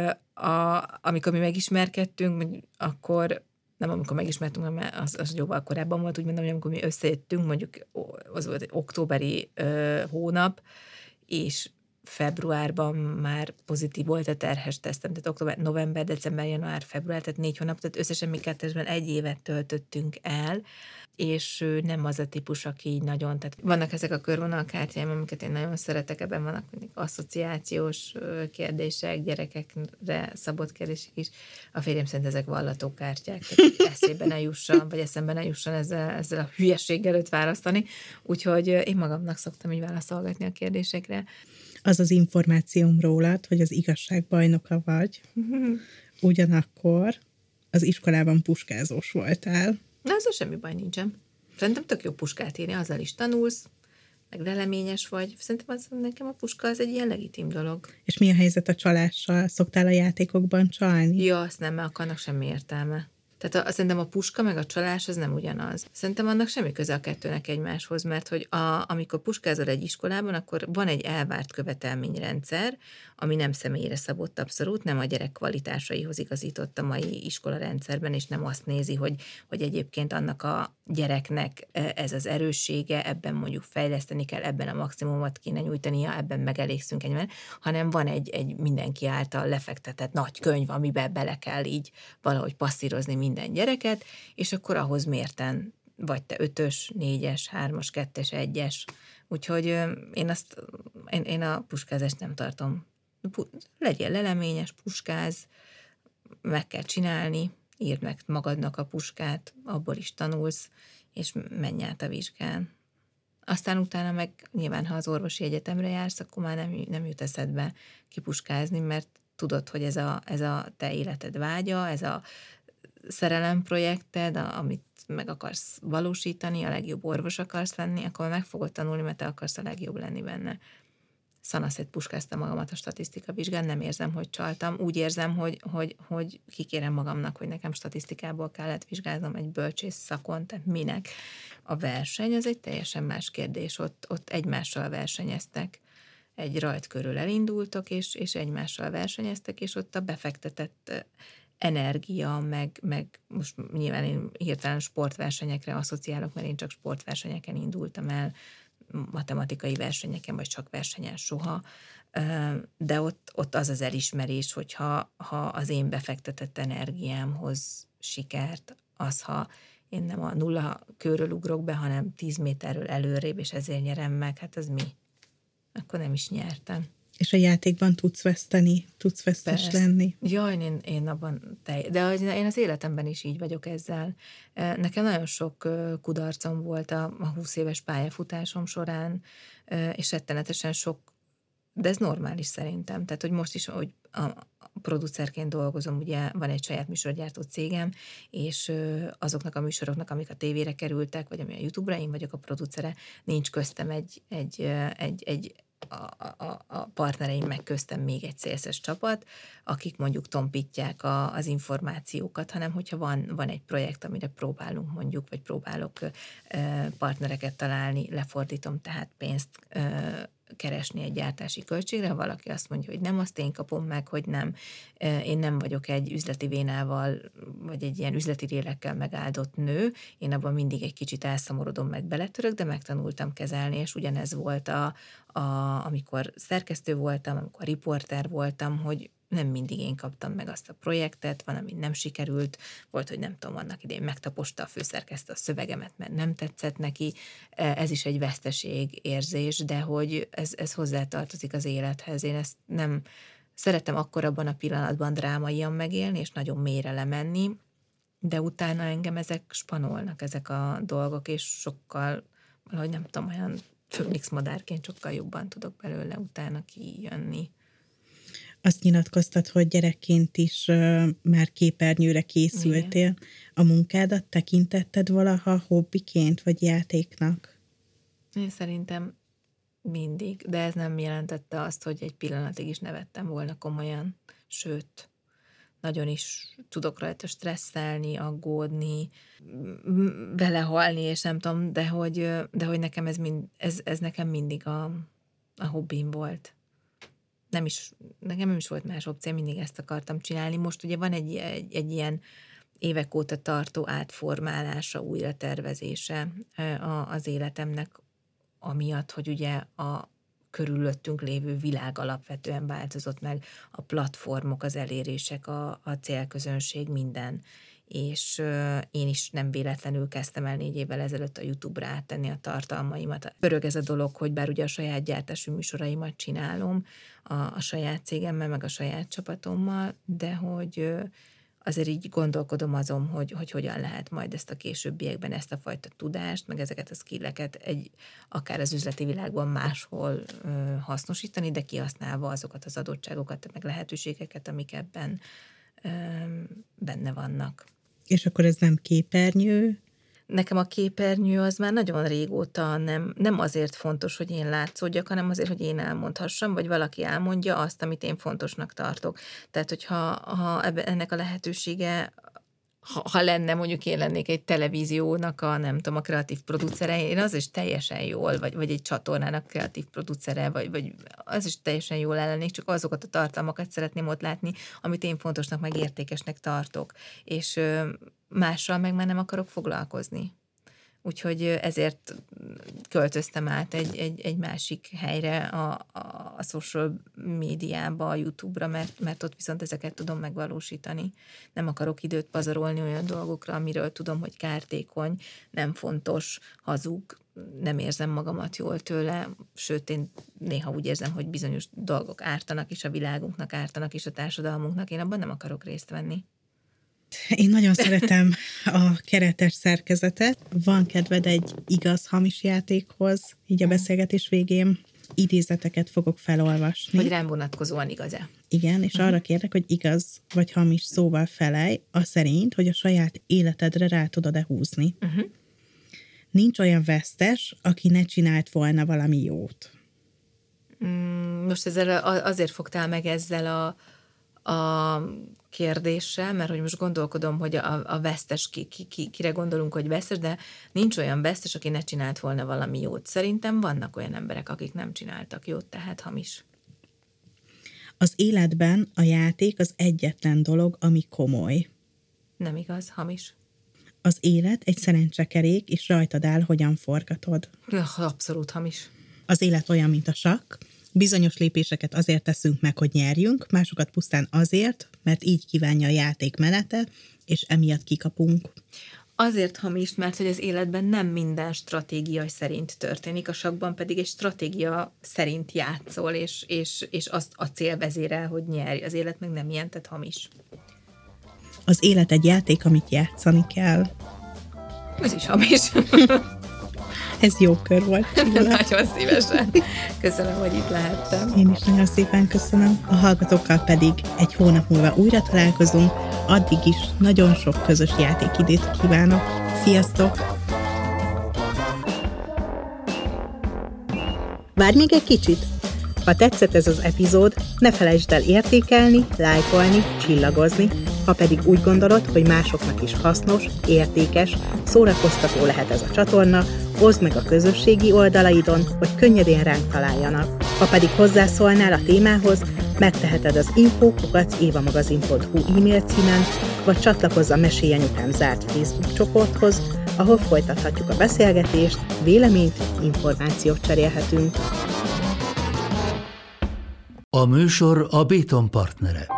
a, amikor mi megismerkedtünk, akkor nem amikor megismertünk, mert az, az jóval korábban volt, úgy mondom, hogy amikor mi összejöttünk, mondjuk az volt egy októberi ö, hónap, és februárban már pozitív volt a terhes tesztem, tehát október, november, december, január, február, tehát négy hónap, tehát összesen mi kettesben egy évet töltöttünk el, és ő nem az a típus, aki így nagyon, tehát vannak ezek a körvonalkártyáim, amiket én nagyon szeretek, ebben vannak mindig asszociációs kérdések, gyerekekre szabott kérdések is. A férjem szerint ezek vallatókártyák, tehát eszébe ne jusson, vagy eszembe ne jusson ezzel, ezzel a hülyeséggel őt választani, úgyhogy én magamnak szoktam így válaszolgatni a kérdésekre. Az az információm rólad, hogy az igazság bajnoka vagy, ugyanakkor az iskolában puskázós voltál. Na, azzal semmi baj nincsen. Szerintem tök jó puskát írni, azzal is tanulsz, meg veleményes vagy. Szerintem az, nekem a puska az egy ilyen legitim dolog. És mi a helyzet a csalással? Szoktál a játékokban csalni? Ja, azt nem, mert annak semmi értelme. Tehát a, szerintem a puska meg a csalás az nem ugyanaz. Szerintem annak semmi köze a kettőnek egymáshoz, mert hogy a, amikor puskázol egy iskolában, akkor van egy elvárt követelményrendszer, ami nem személyre szabott abszolút, nem a gyerek kvalitásaihoz igazított a mai iskola rendszerben, és nem azt nézi, hogy, hogy egyébként annak a gyereknek ez az erőssége, ebben mondjuk fejleszteni kell, ebben a maximumot kéne nyújtania, ebben megelégszünk egyben, hanem van egy, egy mindenki által lefektetett nagy könyv, amiben bele kell így valahogy passzírozni minden gyereket, és akkor ahhoz mérten vagy te ötös, négyes, hármas, kettes, egyes. Úgyhogy én azt, én, én a puskázást nem tartom. Legyél leleményes, puskáz, meg kell csinálni, írd meg magadnak a puskát, abból is tanulsz, és menj át a vizsgán. Aztán utána meg nyilván, ha az orvosi egyetemre jársz, akkor már nem, nem jut eszedbe kipuskázni, mert tudod, hogy ez a, ez a te életed vágya, ez a szerelemprojekted, amit meg akarsz valósítani, a legjobb orvos akarsz lenni, akkor meg fogod tanulni, mert te akarsz a legjobb lenni benne. Szanaszét puskáztam magamat a statisztika vizsgán, nem érzem, hogy csaltam. Úgy érzem, hogy, hogy, hogy kikérem magamnak, hogy nekem statisztikából kellett vizsgálnom egy bölcsész szakon, tehát minek. A verseny az egy teljesen más kérdés. Ott, ott egymással versenyeztek. Egy rajt körül elindultok, és, és egymással versenyeztek, és ott a befektetett energia, meg, meg most nyilván én hirtelen sportversenyekre asszociálok, mert én csak sportversenyeken indultam el, matematikai versenyeken, vagy csak versenyen soha, de ott, ott az az elismerés, hogyha ha az én befektetett energiámhoz sikert, az, ha én nem a nulla körül ugrok be, hanem tíz méterről előrébb, és ezért nyerem meg, hát az mi? Akkor nem is nyertem. És a játékban tudsz veszteni, tudsz vesztes Persze. lenni. Jaj, én, én abban, te, de én az életemben is így vagyok ezzel. Nekem nagyon sok kudarcom volt a, a húsz éves pályafutásom során, és rettenetesen sok, de ez normális szerintem. Tehát, hogy most is, hogy a producerként dolgozom, ugye van egy saját műsorgyártó cégem, és azoknak a műsoroknak, amik a tévére kerültek, vagy ami a YouTube-ra, én vagyok a producere, nincs köztem egy, egy, egy, egy A, a, a partnereim meg köztem még egy szélszes csapat, akik mondjuk tompítják a, az információkat, hanem hogyha van, van egy projekt, amire próbálunk mondjuk, vagy próbálok ö, partnereket találni, lefordítom tehát pénzt ö, keresni egy gyártási költségre, ha valaki azt mondja, hogy nem, azt én kapom meg, hogy nem. Én nem vagyok egy üzleti vénával, vagy egy ilyen üzleti lélekkel megáldott nő, én abban mindig egy kicsit elszomorodom, meg beletörök, de megtanultam kezelni, és ugyanez volt, a, a, amikor szerkesztő voltam, amikor riporter voltam, hogy nem mindig én kaptam meg azt a projektet, van, ami nem sikerült, volt, hogy nem tudom, annak idején megtaposta a főszerkesztő a szövegemet, mert nem tetszett neki, ez is egy veszteség érzés, de hogy ez, ez hozzátartozik az élethez. Én ezt nem szeretem akkor abban a pillanatban drámaian megélni, és nagyon mélyre lemenni, de utána engem ezek spanolnak, ezek a dolgok, és sokkal, valahogy nem tudom, olyan főnix madárként sokkal jobban tudok belőle utána kijönni. Azt nyilatkoztat, hogy gyerekként is uh, már képernyőre készültél. Igen. A munkádat tekintetted valaha hobbiként, vagy játéknak? Én szerintem mindig, de ez nem jelentette azt, hogy egy pillanatig is nevettem volna komolyan. Sőt, nagyon is tudok rajta stresszelni, aggódni, belehalni, és nem tudom, de hogy, de hogy nekem ez, mind, ez, ez nekem mindig a, a hobbim volt. Nem is, nekem nem is volt más opció, mindig ezt akartam csinálni. Most ugye van egy, egy, egy ilyen évek óta tartó átformálása, újratervezése az életemnek, amiatt, hogy ugye a körülöttünk lévő világ alapvetően változott meg, a platformok, az elérések, a, a célközönség, minden. És uh, én is nem véletlenül kezdtem el négy évvel ezelőtt a YouTube-ra áttenni a tartalmaimat. Pörög ez a dolog, hogy bár ugye a saját gyártású műsoraimat csinálom, a, a saját cégemmel, meg a saját csapatommal, de hogy uh, azért így gondolkodom azon, hogy, hogy hogyan lehet majd ezt a későbbiekben, ezt a fajta tudást, meg ezeket a skilleket egy, akár az üzleti világban máshol uh, hasznosítani, de kihasználva azokat az adottságokat, meg lehetőségeket, amik ebben uh, benne vannak. És akkor ez nem képernyő? Nekem a képernyő az már nagyon régóta nem, nem azért fontos, hogy én látszódjak, hanem azért, hogy én elmondhassam, vagy valaki elmondja azt, amit én fontosnak tartok. Tehát, hogyha ha ennek a lehetősége, ha, ha lenne, mondjuk én lennék egy televíziónak a, nem tudom, a kreatív producere, én az is teljesen jól, vagy, vagy egy csatornának kreatív producere, vagy, vagy az is teljesen jól ellennék, csak azokat a tartalmakat szeretném ott látni, amit én fontosnak, meg értékesnek tartok. És mással meg már nem akarok foglalkozni. Úgyhogy ezért költöztem át egy, egy, egy másik helyre, a, a, a social médiába, a YouTube-ra, mert, mert ott viszont ezeket tudom megvalósítani. Nem akarok időt pazarolni olyan dolgokra, amiről tudom, hogy kártékony, nem fontos, hazug, nem érzem magamat jól tőle, sőt, én néha úgy érzem, hogy bizonyos dolgok ártanak is a világunknak, ártanak is a társadalmunknak, én abban nem akarok részt venni. Én nagyon szeretem a keretes szerkezetet. Van kedved egy igaz-hamis játékhoz, így a beszélgetés végén idézeteket fogok felolvasni. Hogy rám vonatkozóan igaz-e? Igen, és uh-huh. arra kérlek, hogy igaz vagy hamis szóval felej, az szerint, hogy a saját életedre rá tudod-e húzni. Uh-huh. Nincs olyan vesztes, aki ne csinált volna valami jót. Most ezzel azért fogtál meg ezzel a a kérdéssel, mert hogy most gondolkodom, hogy a, a vesztes, ki, ki, ki, kire gondolunk, hogy vesztes, de nincs olyan vesztes, aki ne csinált volna valami jót. Szerintem vannak olyan emberek, akik nem csináltak jót, tehát hamis. Az életben a játék az egyetlen dolog, ami komoly. Nem igaz, hamis. Az élet egy szerencsekerék, és rajtad áll, hogyan forgatod. Abszolút hamis. Az élet olyan, mint a sakk. Bizonyos lépéseket azért teszünk meg, hogy nyerjünk, másokat pusztán azért, mert így kívánja a játék menete, és emiatt kikapunk. Azért hamis, mert hogy az életben nem minden stratégia szerint történik, a sakkban pedig egy stratégia szerint játszol, és, és, és azt a cél vezérel, hogy nyerj. Az élet meg nem ilyen, tehát hamis. Az élet egy játék, amit játszani kell. Ez is hamis. Ez jó kör volt. Nagyon szívesen. Köszönöm, hogy itt lehettem. Én is nagyon szépen köszönöm. A hallgatókkal pedig egy hónap múlva újra találkozunk. Addig is nagyon sok közös játékidőt kívánok. Sziasztok! Várj még egy kicsit! Ha tetszett ez az epizód, ne felejtsd el értékelni, lájkolni, csillagozni. Ha pedig úgy gondolod, hogy másoknak is hasznos, értékes, szórakoztató lehet ez a csatorna, oszd meg a közösségi oldalaidon, hogy könnyedén ránk találjanak. Ha pedig hozzászólnál a témához, megteheted az info kukac évamagazin pont hu e-mail címen, vagy csatlakozz a Mesélj Anyukám zárt Facebook csoporthoz, ahol folytathatjuk a beszélgetést, véleményt, információt cserélhetünk. A műsor a Béton partnere.